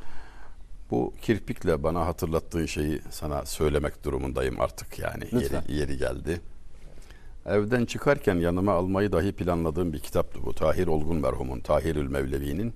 Bu kirpikle bana hatırlattığın şeyi sana söylemek durumundayım artık yani. Yeri, yeri geldi. Evden çıkarken yanıma almayı dahi planladığım bir kitaptı bu. Tahir Olgun merhumun, Tahirül Mevlevi'nin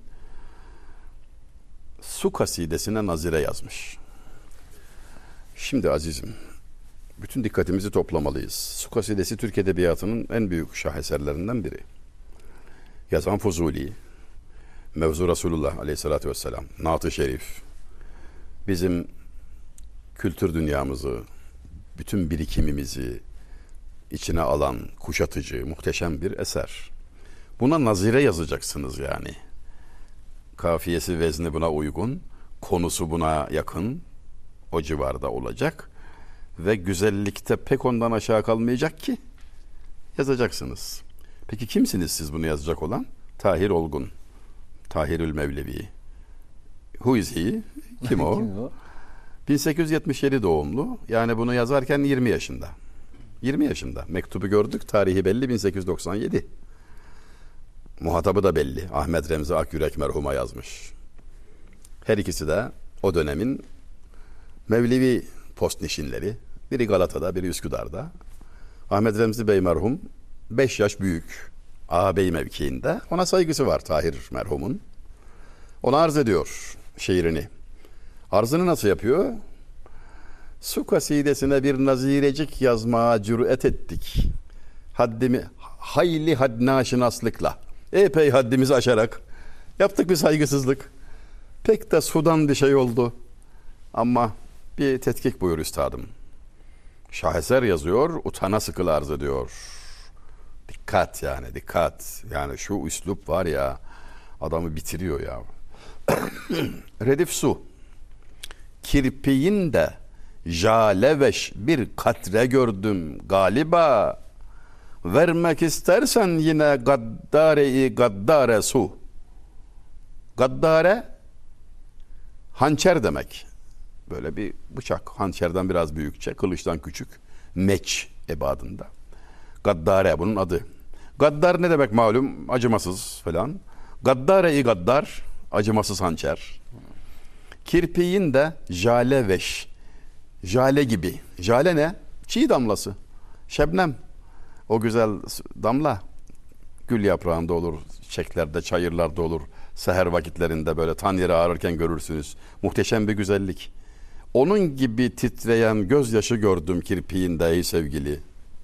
Su kasidesine nazire yazmış. Şimdi azizim, bütün dikkatimizi toplamalıyız. Su kasidesi Türk Edebiyatı'nın en büyük şaheserlerinden biri. Yazan Fuzuli, mevzu Resulullah Aleyhisselatü Vesselam, Naat-ı Şerif, bizim kültür dünyamızı, bütün birikimimizi içine alan, kuşatıcı, muhteşem bir eser. Buna nazire yazacaksınız yani. Kafiyesi, vezni buna uygun, konusu buna yakın, o civarda olacak ve güzellikte pek ondan aşağı kalmayacak ki yazacaksınız. Peki kimsiniz siz bunu yazacak olan? Tahir Olgun. Tahirül Mevlevi. Who is he? Kim o? Kim o? bin sekiz yüz yetmiş yedi doğumlu. Yani bunu yazarken yirmi yaşında. yirmi yaşında. Mektubu gördük. Tarihi belli bin sekiz yüz doksan yedi. Muhatabı da belli. Ahmet Remzi Akyürek merhuma yazmış. Her ikisi de o dönemin Mevlevi postnişinleri. Biri Galata'da, biri Üsküdar'da. Ahmet Remzi Bey merhum beş yaş büyük. Ağabey mevkiinde. Ona saygısı var Tahir merhumun. Ona arz ediyor şiirini. Arzını nasıl yapıyor? Su kasidesine bir nazirecik yazmaya cüret ettik. Haddimi hayli hadnaşinaslıkla, epey haddimizi aşarak yaptık bir saygısızlık. Pek de sudan bir şey oldu. Ama bir tetkik buyur üstadım. Şaheser yazıyor, utana sıkıla arz ediyor. Dikkat yani, dikkat. Yani şu üslup var ya, adamı bitiriyor ya. Redif su. Kirpiğinde jaleveş bir katre gördüm galiba. Vermek istersen yine gaddare-i gaddare su. Gaddare hançer demek. Böyle bir bıçak. Hançerden biraz büyükçe, kılıçtan küçük. Meç ebadında. Gaddare bunun adı. Gaddar ne demek malum? Acımasız falan. Gaddare-i gaddar, acımasız hançer. Kirpiğin de jale veş. Jale gibi. Jale ne? Çiğ damlası. Şebnem. O güzel damla gül yaprağında olur, çiçeklerde, çayırlarda olur. Seher vakitlerinde böyle tan yeri ağrırken görürsünüz. Muhteşem bir güzellik. Onun gibi titreyen gözyaşı gördüm kirpiğinde ey sevgili.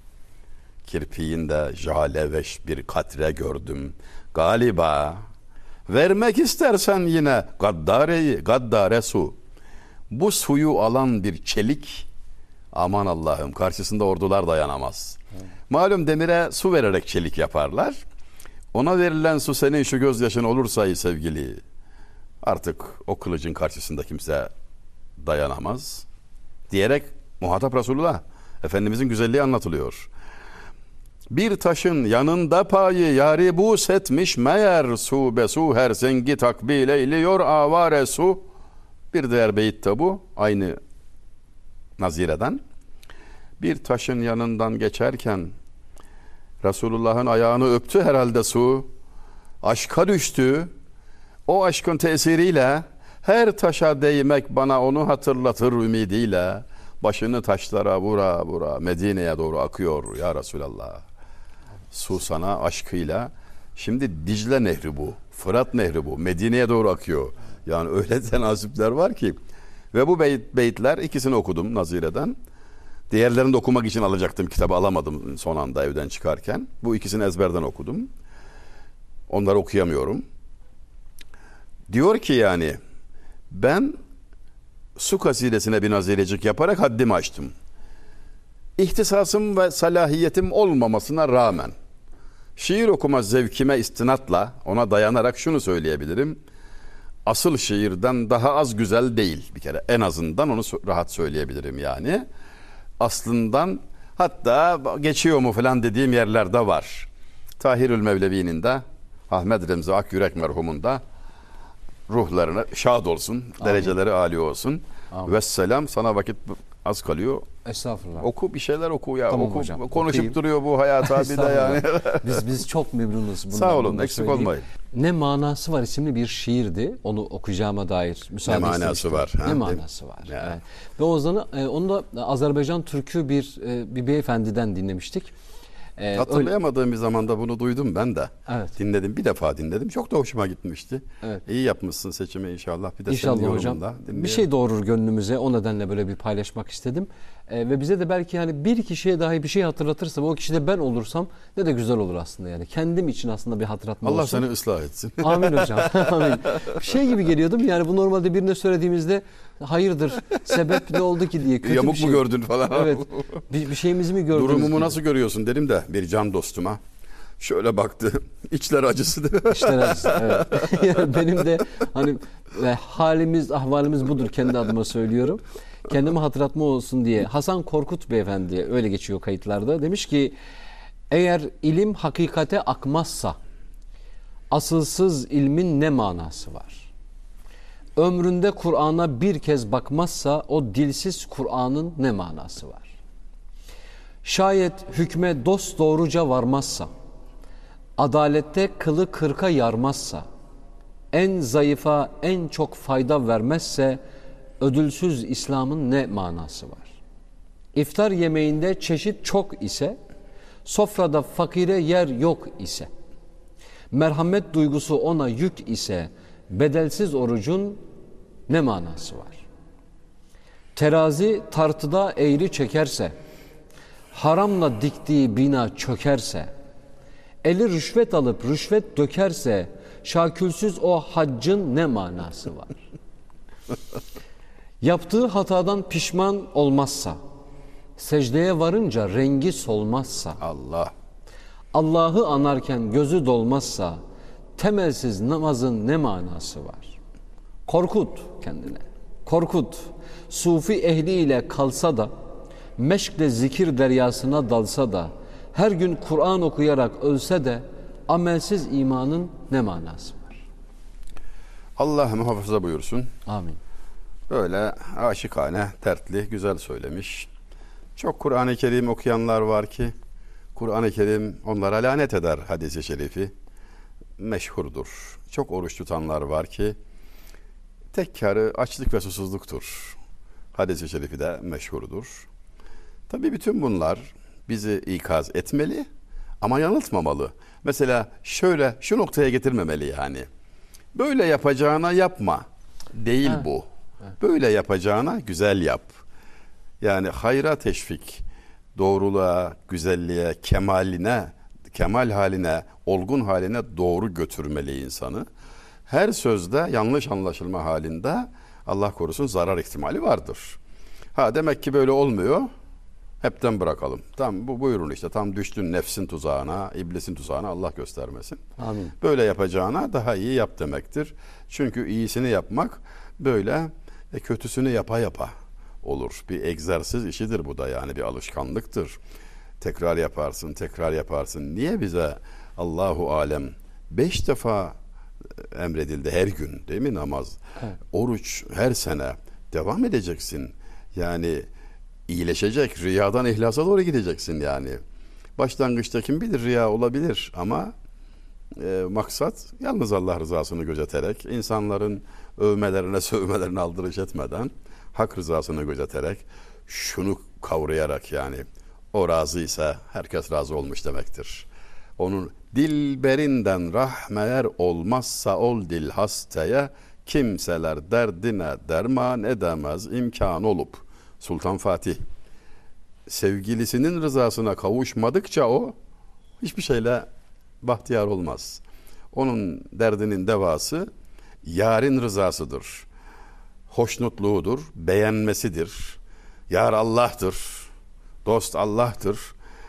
Kirpiğinde jale veş bir katre gördüm. Galiba vermek istersen yine gaddareyi, gaddare su. Bu suyu alan bir çelik, aman Allah'ım karşısında ordular dayanamaz. Evet. Malum demire su vererek çelik yaparlar. Ona verilen su senin şu gözyaşın olursa ey sevgili, artık o kılıcın karşısında kimse dayanamaz diyerek muhatap Resulullah Efendimizin güzelliği anlatılıyor. Bir taşın yanında payı yari bu setmiş meğer su be su her sengi takbil eyliyor avare su. Bir diğer beyitte bu aynı nazireden. Bir taşın yanından geçerken Resulullah'ın ayağını öptü herhalde su. Aşka düştü. O aşkın tesiriyle her taşa değmek bana onu hatırlatır ümidiyle. Başını taşlara vura vura Medine'ye doğru akıyor ya Resulallah. Su sana aşkıyla. Şimdi Dicle Nehri bu. Fırat Nehri bu. Medine'ye doğru akıyor. Yani öyle tenasüpler var ki. Ve bu beyt, beytler ikisini okudum Nazire'den. Diğerlerini de okumak için alacaktım. Kitabı alamadım son anda evden çıkarken. Bu ikisini ezberden okudum. Onları okuyamıyorum. Diyor ki yani ben su kasidesine bir nazirecik yaparak haddimi aştım. İhtisasım ve salahiyetim olmamasına rağmen şiir okuma zevkime istinatla ona dayanarak şunu söyleyebilirim. Asıl şiirden daha az güzel değil bir kere. En azından onu rahat söyleyebilirim yani. Aslından hatta geçiyor mu falan dediğim yerlerde var. Tahirül Mevlevi'nin de Ahmet Remzi Akyürek merhumun da ruhlarına şad olsun. Amin. Dereceleri âli olsun. Amin. Vesselam, sana vakit az kalıyor. Estağfurullah. Oku bir şeyler oku ya. Tamam oku, hocam. Konuşup Okuyayım. duruyor bu Hayat abi de yani. biz biz çok memnunuz bundan. Sağ olun, eksik söyleyeyim. olmayın. Ne manası var isimli bir şiirdi. Onu okuyacağıma dair müsaade Ne manası istemiştim. var? Ne Ha, manası var? Ya. Evet. Ve Ozan'ı e, onu da Azerbaycan türkü bir e, bir beyefendiden dinlemiştik. Ee, Hatırlayamadığım öyle... bir zamanda bunu duydum ben de. Evet. Dinledim, bir defa dinledim. Çok da hoşuma gitmişti. Evet. İyi yapmışsın seçimi inşallah. Bir de İnşallah senin hocam. yorumunda Bir şey doğurur gönlümüze. O nedenle böyle bir paylaşmak istedim. Ee, ve bize de belki hani bir kişiye dahi bir şey hatırlatırsa, o kişi de ben olursam ne de güzel olur aslında yani. Kendim için aslında bir hatırlatma Allah olsun. seni ıslah etsin. Amin hocam. Amin. Şey gibi geliyordum yani, bu normalde birine söylediğimizde hayırdır, sebep ne oldu ki diye. Kötü Yamuk bir şey. mu gördün falan. Evet. Bir, bir şeyimizi mi gördünüz? Durumumu gibi. nasıl görüyorsun dedim de bir can dostuma. Şöyle baktı. İçler acısı. İçler acısı. Evet. Yani benim de hani e, halimiz, ahvalimiz budur, kendi adıma söylüyorum. Kendime hatırlatma olsun diye. Hasan Korkut beyefendi, öyle geçiyor kayıtlarda. Demiş ki eğer ilim hakikate akmazsa, asılsız ilmin ne manası var? Ömründe Kur'an'a bir kez bakmazsa o dilsiz Kur'an'ın ne manası var? Şayet hükme dosdoğruca varmazsa, adalette kılı kırka yarmazsa, en zayıfa en çok fayda vermezse ödülsüz İslam'ın ne manası var? İftar yemeğinde çeşit çok ise, sofrada fakire yer yok ise, merhamet duygusu ona yük ise bedelsiz orucun ne manası var? Terazi tartıda eğri çekerse, haramla diktiği bina çökerse, eli rüşvet alıp rüşvet dökerse şakülsüz o haccın ne manası var? Yaptığı hatadan pişman olmazsa, secdeye varınca rengi solmazsa, Allah. Allah'ı anarken gözü dolmazsa temelsiz namazın ne manası var? Korkut kendine, korkut. Sufi ehliyle kalsa da, meşkle zikir deryasına dalsa da, her gün Kur'an okuyarak ölse de amelsiz imanın ne manası var? Allah muhafaza buyursun. Amin. Böyle aşikane, dertli, güzel söylemiş. Çok Kur'an-ı Kerim okuyanlar var ki Kur'an-ı Kerim onlara lanet eder hadis-i şerifi. Meşhurdur. Çok oruç tutanlar var ki tek kârı açlık ve susuzluktur. Hadis-i şerifi de meşhurdur. Tabii bütün bunlar bizi ikaz etmeli ama yanıltmamalı. Mesela şöyle şu noktaya getirmemeli yani. Böyle yapacağına yapma. Değil Ha. bu. Böyle yapacağına güzel yap. Yani hayra teşvik, doğruluğa, güzelliğe, kemaline, kemal haline, olgun haline doğru götürmeli insanı. Her sözde yanlış anlaşılma halinde Allah korusun zarar ihtimali vardır. Ha demek ki böyle olmuyor. Hepten bırakalım. Tam bu buyurun işte tam düştün nefsin tuzağına, iblisin tuzağına Allah göstermesin. Amin. Böyle yapacağına daha iyi yap demektir. Çünkü iyisini yapmak böyle e, kötüsünü yapa yapa olur. Bir egzersiz işidir bu da yani bir alışkanlıktır. Tekrar yaparsın, tekrar yaparsın. Niye bize Allahu alem beş defa emredildi her gün değil mi namaz? Evet. Oruç her sene devam edeceksin. Yani iyileşecek, riyadan ihlasa doğru gideceksin yani. Başlangıçta kim bilir riya olabilir ama e, maksat yalnız Allah rızasını gözeterek, insanların övmelerine, sövmelerine aldırış etmeden, hak rızasını gözeterek, şunu kavrayarak yani o razıysa herkes razı olmuş demektir. Onun dilberinden rahmeler olmazsa ol dil hastaya, kimseler derdine derman edemez imkan olup. Sultan Fatih sevgilisinin rızasına kavuşmadıkça o hiçbir şeyle bahtiyar olmaz. Onun derdinin devası yarın rızasıdır. Hoşnutluğudur, beğenmesidir. Yar Allah'tır, dost Allah'tır.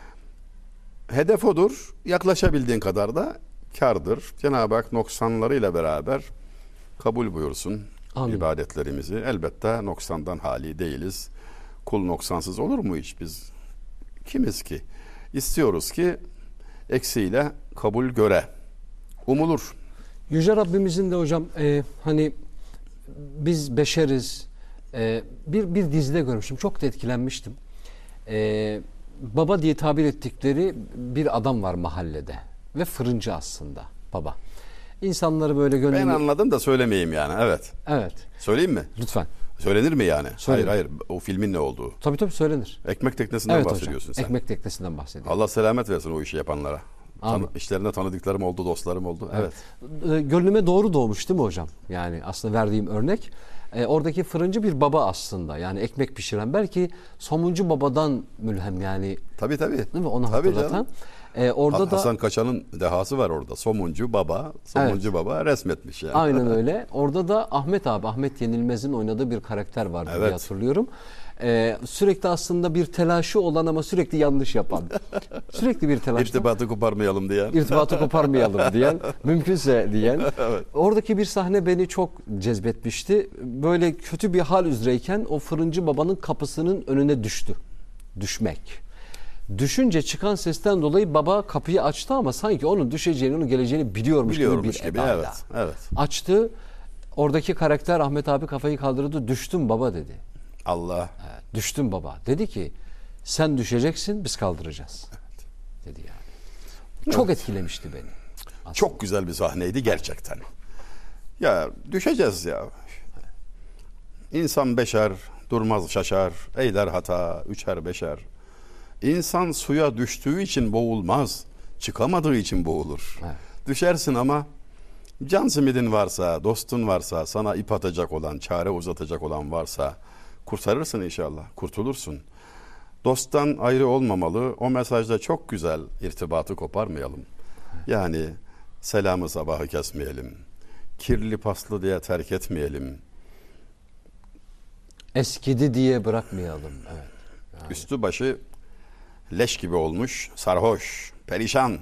Hedef odur, yaklaşabildiğin kadar da kârdır. Cenab-ı Hak noksanlarıyla beraber kabul buyursun. Amin. İbadetlerimizi. Elbette noksandan hali değiliz. Kul noksansız olur mu hiç biz? Kimiz ki? İstiyoruz ki eksiğiyle kabul göre. Umulur. Yüce Rabbimizin de hocam e, hani biz beşeriz. E, bir bir dizide görmüştüm. Çok da etkilenmiştim. E, baba diye tabir ettikleri bir adam var mahallede. Ve fırıncı aslında baba. İnsanları böyle gönlünü... Ben anladım da söylemeyeyim yani. Evet. Evet. Söyleyeyim mi? Lütfen. Söylenir mi yani? Söylenir. Hayır hayır. O filmin ne olduğu? Tabii tabii söylenir. Ekmek teknesinden evet bahsediyorsun hocam, sen. Ekmek teknesinden bahsediyorum. Allah selamet versin o işi yapanlara. Amin. Tan- işlerinde tanıdıklarım oldu, dostlarım oldu. Evet. evet. Gönlüme doğru doğmuş değil mi hocam? Yani aslında verdiğim örnek. E, oradaki fırıncı bir baba aslında. Yani ekmek pişiren. Belki somuncu babadan mülhem yani. Tabii tabii. Değil mi? Onu tabii hatırlatan. E, orada ha- da Hasan Kaçan'ın dehası var orada. Somuncu baba, somuncu evet. baba resmetmiş yani. Aynen öyle. Orada da Ahmet abi, Ahmet Yenilmez'in oynadığı bir karakter vardı Evet. diye hatırlıyorum. Ee, sürekli aslında bir telaşı olan ama sürekli yanlış yapan. Sürekli bir telaş. İrtibatı koparmayalım diye. İrtibatı koparmayalım diyen, mümkünse diyen. Evet. Oradaki bir sahne beni çok cezbetmişti. Böyle kötü bir hal üzereyken o fırıncı babanın kapısının önüne düştü. Düşmek. Düşünce çıkan sesten dolayı baba kapıyı açtı ama sanki onun düşeceğini, onun geleceğini biliyormuş, Biliyormuş gibi bir gibi, edayla. evet, evet. Açtı. Oradaki karakter Ahmet abi kafayı kaldırdı. Düştüm baba dedi. Allah. Evet, düştüm baba. Dedi ki sen düşeceksin, biz kaldıracağız. Dedi yani. Çok Evet. etkilemişti beni. Aslında. Çok güzel bir sahneydi gerçekten. Ya düşeceğiz ya. İnsan beşer, durmaz şaşar, eyler hata, üçer beşer. İnsan suya düştüğü için boğulmaz, çıkamadığı için boğulur. Evet. Düşersin ama can simidin varsa, dostun varsa, sana ip atacak olan, çare uzatacak olan varsa kurtarırsın inşallah, kurtulursun. Dosttan ayrı olmamalı, o mesajda çok güzel, irtibatı koparmayalım. Yani selamı sabahı kesmeyelim, kirli paslı diye terk etmeyelim. Eskidi diye bırakmayalım. Evet. Yani. Üstü başı leş gibi olmuş, sarhoş, perişan.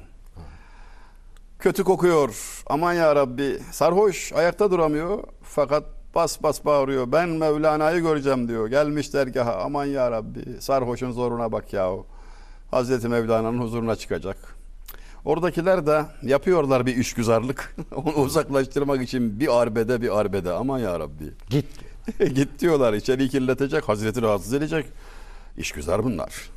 Kötü kokuyor. Aman ya Rabbi. Sarhoş, ayakta duramıyor. Fakat bas bas bağırıyor. Ben Mevlana'yı göreceğim diyor. Gelmiş dergaha. Aman ya Rabbi. Sarhoşun zoruna bak yahu. Hazreti Mevlana'nın huzuruna çıkacak. Oradakiler de yapıyorlar bir işgüzarlık. Onu uzaklaştırmak için bir arbede bir arbede. Aman ya Rabbi. Git. Git diyorlar. İçeriği kirletecek. Hazreti rahatsız edecek. İşgüzar bunlar.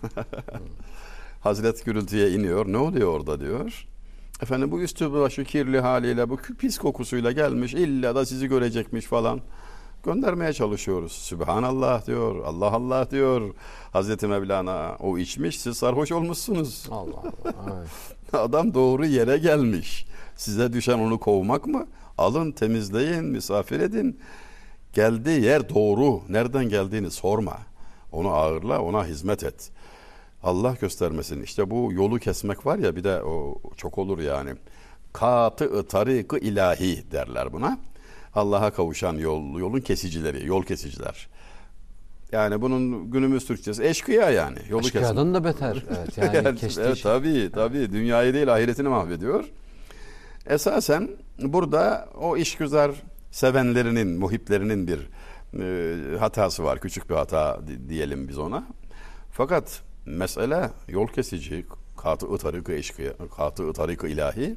Hazret gürültüye iniyor. Ne oluyor orada diyor. Efendim bu üstü başı kirli haliyle, bu pis kokusuyla gelmiş, illa da sizi görecekmiş falan. Göndermeye çalışıyoruz. Sübhanallah diyor, Allah Allah diyor. Hazreti Mevlana, o içmiş, siz sarhoş olmuşsunuz. Allah Allah. Evet. Adam doğru yere gelmiş. Size düşen onu kovmak mı? Alın, temizleyin, misafir edin. Geldiği yer doğru. Nereden geldiğini sorma. Onu ağırla, ona hizmet et. Allah göstermesin. İşte bu yolu kesmek var ya, bir de o çok olur yani. Katı tarikı ilahi derler buna. Allah'a kavuşan yol, yolun kesicileri, yol kesiciler. Yani bunun günümüz Türkçesi eşkıya yani. Yolu Eşkıyadan kesmek. da beter. Evet, yani Evet, kestiği evet, şey. tabii tabii dünyayı değil ahiretini mahvediyor. Esasen burada o işgüzar sevenlerinin, muhiplerinin bir e, hatası var. Küçük bir hata diyelim biz ona. Fakat mesele yol kesici, katı-ı tarikı eşkıya, katı-ı tarikı ilahi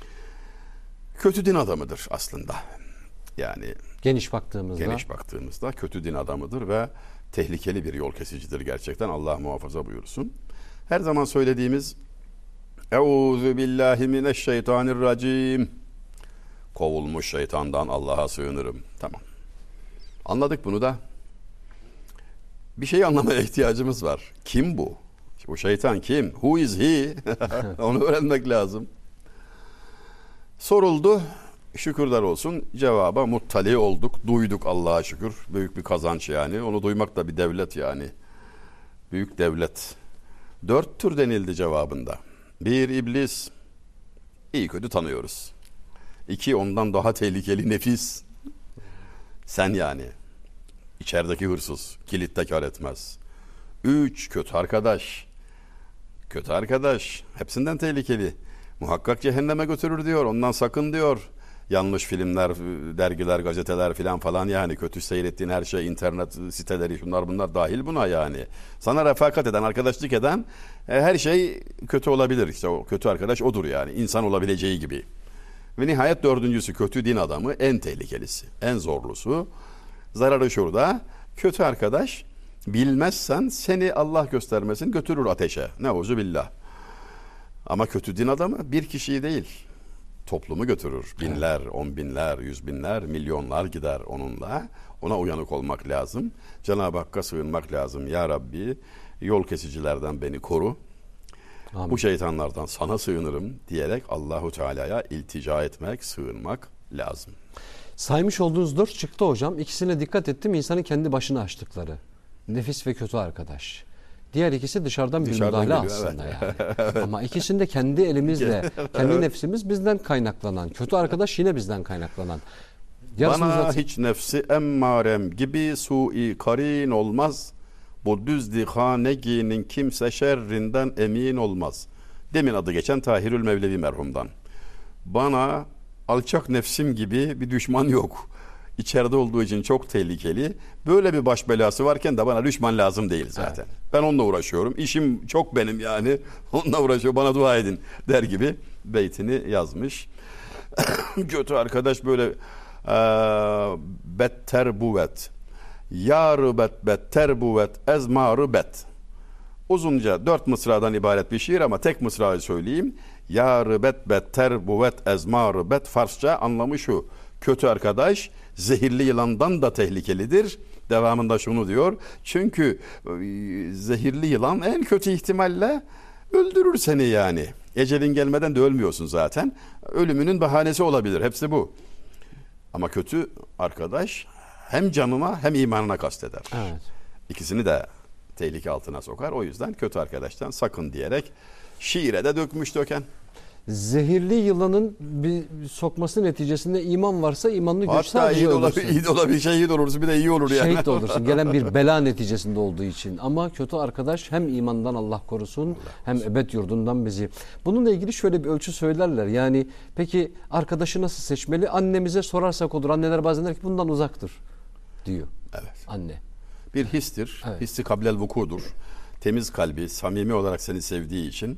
kötü din adamıdır aslında. Yani Geniş baktığımızda. geniş baktığımızda kötü din adamıdır ve tehlikeli bir yol kesicidir gerçekten. Allah muhafaza buyursun. Her zaman söylediğimiz Euzu billahi mineşşeytanirracim. Kovulmuş şeytandan Allah'a sığınırım. Tamam. Anladık bunu da. Bir şey anlamaya ihtiyacımız var. Kim bu? Bu şeytan kim? Who is he? Onu öğrenmek lazım. Soruldu. Şükürler olsun cevaba muttali olduk. Duyduk Allah'a şükür. Büyük bir kazanç yani. Onu duymak da bir devlet yani. Büyük devlet. Dört tür denildi cevabında. Bir, iblis. İyi kötü tanıyoruz. İki, ondan daha tehlikeli nefis. Sen yani. İçerideki hırsız. Kilitte kar etmez. Üç, kötü arkadaş. Kötü arkadaş. Hepsinden tehlikeli. Muhakkak cehenneme götürür diyor. Ondan sakın diyor. Yanlış filmler, dergiler, gazeteler filan falan yani. Kötü seyrettiğin her şey, internet siteleri, şunlar bunlar dahil buna yani. Sana refakat eden, arkadaşlık eden her şey kötü olabilir. İşte o kötü arkadaş odur yani. İnsan olabileceği gibi. Ve nihayet dördüncüsü kötü din adamı, en tehlikelisi, en zorlusu. Zararı şurada. Kötü arkadaş bilmezsen seni Allah göstermesin götürür ateşe. Neuzu billah. Ama kötü din adamı bir kişiyi değil, toplumu götürür. Binler, on binler, yüz binler, milyonlar gider onunla. Ona uyanık olmak lazım. Cenab-ı Hakk'a sığınmak lazım. Ya Rabbi, yol kesicilerden beni koru. Amin. Bu şeytanlardan sana sığınırım diyerek Allahu Teala'ya iltica etmek, sığınmak lazım. Saymış olduğunuz dört çıktı hocam. İkisine dikkat ettim. İnsanın kendi başına açtıkları. Nefis ve kötü arkadaş. Diğer ikisi dışarıdan bir Dışarıdan müdahale geliyor, aslında yani. Ama ikisinde kendi elimizle, kendi nefsimiz bizden kaynaklanan. Kötü arkadaş yine bizden kaynaklanan. Yarısını Bana zaten... hiç nefsi emmarem gibi sui karin olmaz. Bu düz dihaneginin kimse şerrinden emin olmaz. Demin adı geçen Tahirül Mevlevi merhumdan. Bana alçak nefsim gibi bir düşman yok. içeride olduğu için çok tehlikeli. Böyle bir baş belası varken de bana düşman lazım değil zaten. Evet. Ben onunla uğraşıyorum. İşim çok benim yani. Onunla uğraşıyor. Bana dua edin der gibi beytini yazmış. Kötü arkadaş böyle e, better buvet. Yarı bet better buvet ezmarı bet. Uzunca dört mısradan ibaret bir şiir ama tek mısrayı söyleyeyim. Yarı bet better buvet ezmarı bet. Farsça anlamı şu. Kötü arkadaş zehirli yılandan da tehlikelidir. Devamında şunu diyor. Çünkü zehirli yılan en kötü ihtimalle öldürür seni yani. Ecelin gelmeden de ölmüyorsun zaten. Ölümünün bahanesi olabilir. Hepsi bu. Ama kötü arkadaş hem canına hem imanına kasteder. Evet. İkisini de tehlike altına sokar. O yüzden kötü arkadaştan sakın diyerek şiire de dökmüş döken. Zehirli yılanın bir sokması neticesinde iman varsa imanını gör. Hatta iyi de olabilir, iyi de olabilir, şehit olursun bir de iyi olur yani. Şehit olursun. Gelen bir bela neticesinde olduğu için. Ama kötü arkadaş hem imandan Allah korusun Allah hem korusun. Ebed yurdundan bizi. Bununla ilgili şöyle bir ölçü söylerler. Yani peki arkadaşı nasıl seçmeli? Annemize sorarsak olur. Anneler bazen der ki bundan uzaktır diyor. Evet. Anne. Bir histir. Evet. Hissi kablel vukudur. Temiz kalbi, samimi olarak seni sevdiği için.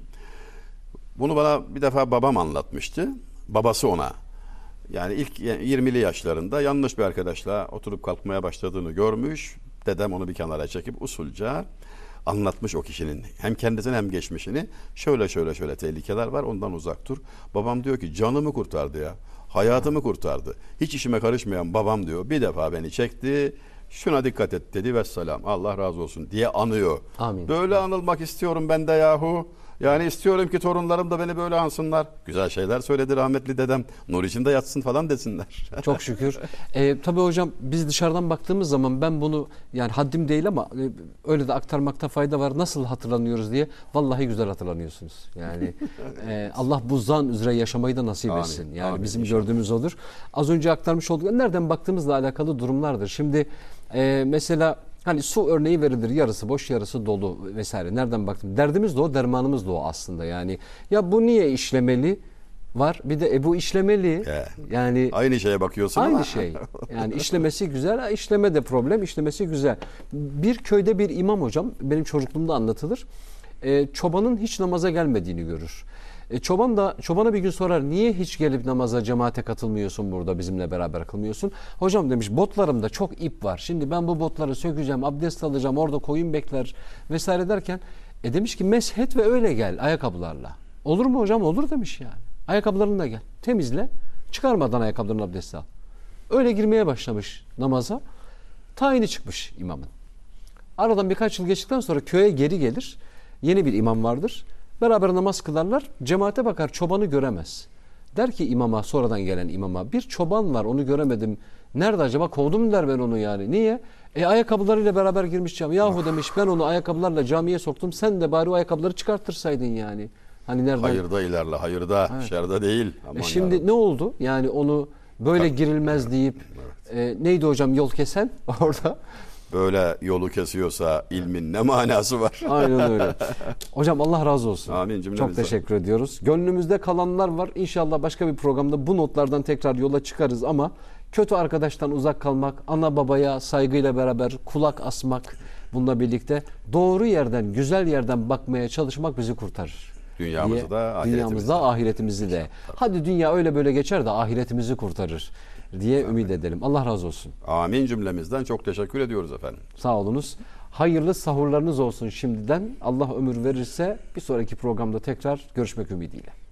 Bunu bana bir defa babam anlatmıştı. Babası ona. Yani ilk yirmili yaşlarında yanlış bir arkadaşla oturup kalkmaya başladığını görmüş. Dedem onu bir kenara çekip usulca anlatmış o kişinin. Hem kendisini hem geçmişini. Şöyle şöyle şöyle tehlikeler var, ondan uzak dur. Babam diyor ki canımı kurtardı ya. Hayatımı kurtardı. Hiç işime karışmayan babam diyor. Bir defa beni çekti. Şuna dikkat et dedi vesselam. Allah razı olsun diye anıyor. Amin. Böyle anılmak istiyorum ben de yahu. Yani istiyorum ki torunlarım da beni böyle ansınlar. Güzel şeyler söyledi rahmetli dedem. Nur içinde yatsın falan desinler. Çok şükür. Ee, tabii hocam biz dışarıdan baktığımız zaman ben bunu yani haddim değil ama e, öyle de aktarmakta fayda var. Nasıl hatırlanıyoruz diye. Vallahi güzel hatırlanıyorsunuz. Yani e, Allah bu zan üzere yaşamayı da nasip etsin. Amin. Yani Amin. Bizim İnşallah. Gördüğümüz olur. Az önce aktarmış olduk. Nereden baktığımızla alakalı durumlardır. Şimdi e, mesela hani su örneği verilir, yarısı boş yarısı dolu vesaire. Nereden baktım? Derdimiz de o, dermanımız da o aslında yani. Ya bu niye işlemeli var? Bir de e, bu işlemeli. Yeah. Yani aynı şeye bakıyorsun aynı ama. Aynı şey. Yani işlemesi güzel, işleme de problem, işlemesi güzel. Bir köyde bir imam hocam, benim çocukluğumda anlatılır. E, çobanın hiç namaza gelmediğini görür. E, çoban da çobana bir gün sorar, niye hiç gelip namaza cemaate katılmıyorsun, burada bizimle beraber kılmıyorsun? Hocam demiş, botlarımda çok ip var. Şimdi ben bu botları sökeceğim, abdest alacağım, orada koyun bekler vesaire derken e demiş ki meshet ve öyle gel ayakkabılarla. Olur mu hocam? Olur demiş yani. Ayakkabılarınla gel. Temizle. Çıkarmadan ayakkabılarını abdest al. Öyle girmeye başlamış namaza. Tayini çıkmış imamın. Aradan birkaç yıl geçtikten sonra köye geri gelir. Yeni bir imam vardır. Beraber namaz kılarlar. Cemaate bakar, çobanı göremez. Der ki imama, sonradan gelen imama, bir çoban var onu göremedim. Nerede acaba? Kovdum der ben onu yani. Niye? E ayakkabılarıyla beraber girmiş camiye. Yahu demiş, ben onu ayakkabılarla camiye soktum. Sen de bari o ayakkabıları çıkartırsaydın yani. Hani nereden? Hayırda ilerle, hayırda, evet. Şerde değil. Aman e şimdi yarabbim. Ne oldu? Yani onu böyle girilmez deyip evet. e, neydi hocam yol kesen orada? Böyle yolu kesiyorsa ilmin ne manası var? Aynen öyle. Hocam Allah razı olsun. Amin cümlemizden. Çok teşekkür ediyoruz. Gönlümüzde kalanlar var. İnşallah başka bir programda bu notlardan tekrar yola çıkarız ama kötü arkadaştan uzak kalmak, ana babaya saygıyla beraber kulak asmak, bununla birlikte doğru yerden, güzel yerden bakmaya çalışmak bizi kurtarır. Dünyamızı da ahiretimizi Dünyamızda de. ahiretimizi de. Hadi dünya öyle böyle geçer de ahiretimizi kurtarır diye ümit edelim. Allah razı olsun. Amin cümlemizden çok teşekkür ediyoruz efendim. Sağ olunuz. Hayırlı sahurlarınız olsun şimdiden. Allah ömür verirse bir sonraki programda tekrar görüşmek ümidiyle.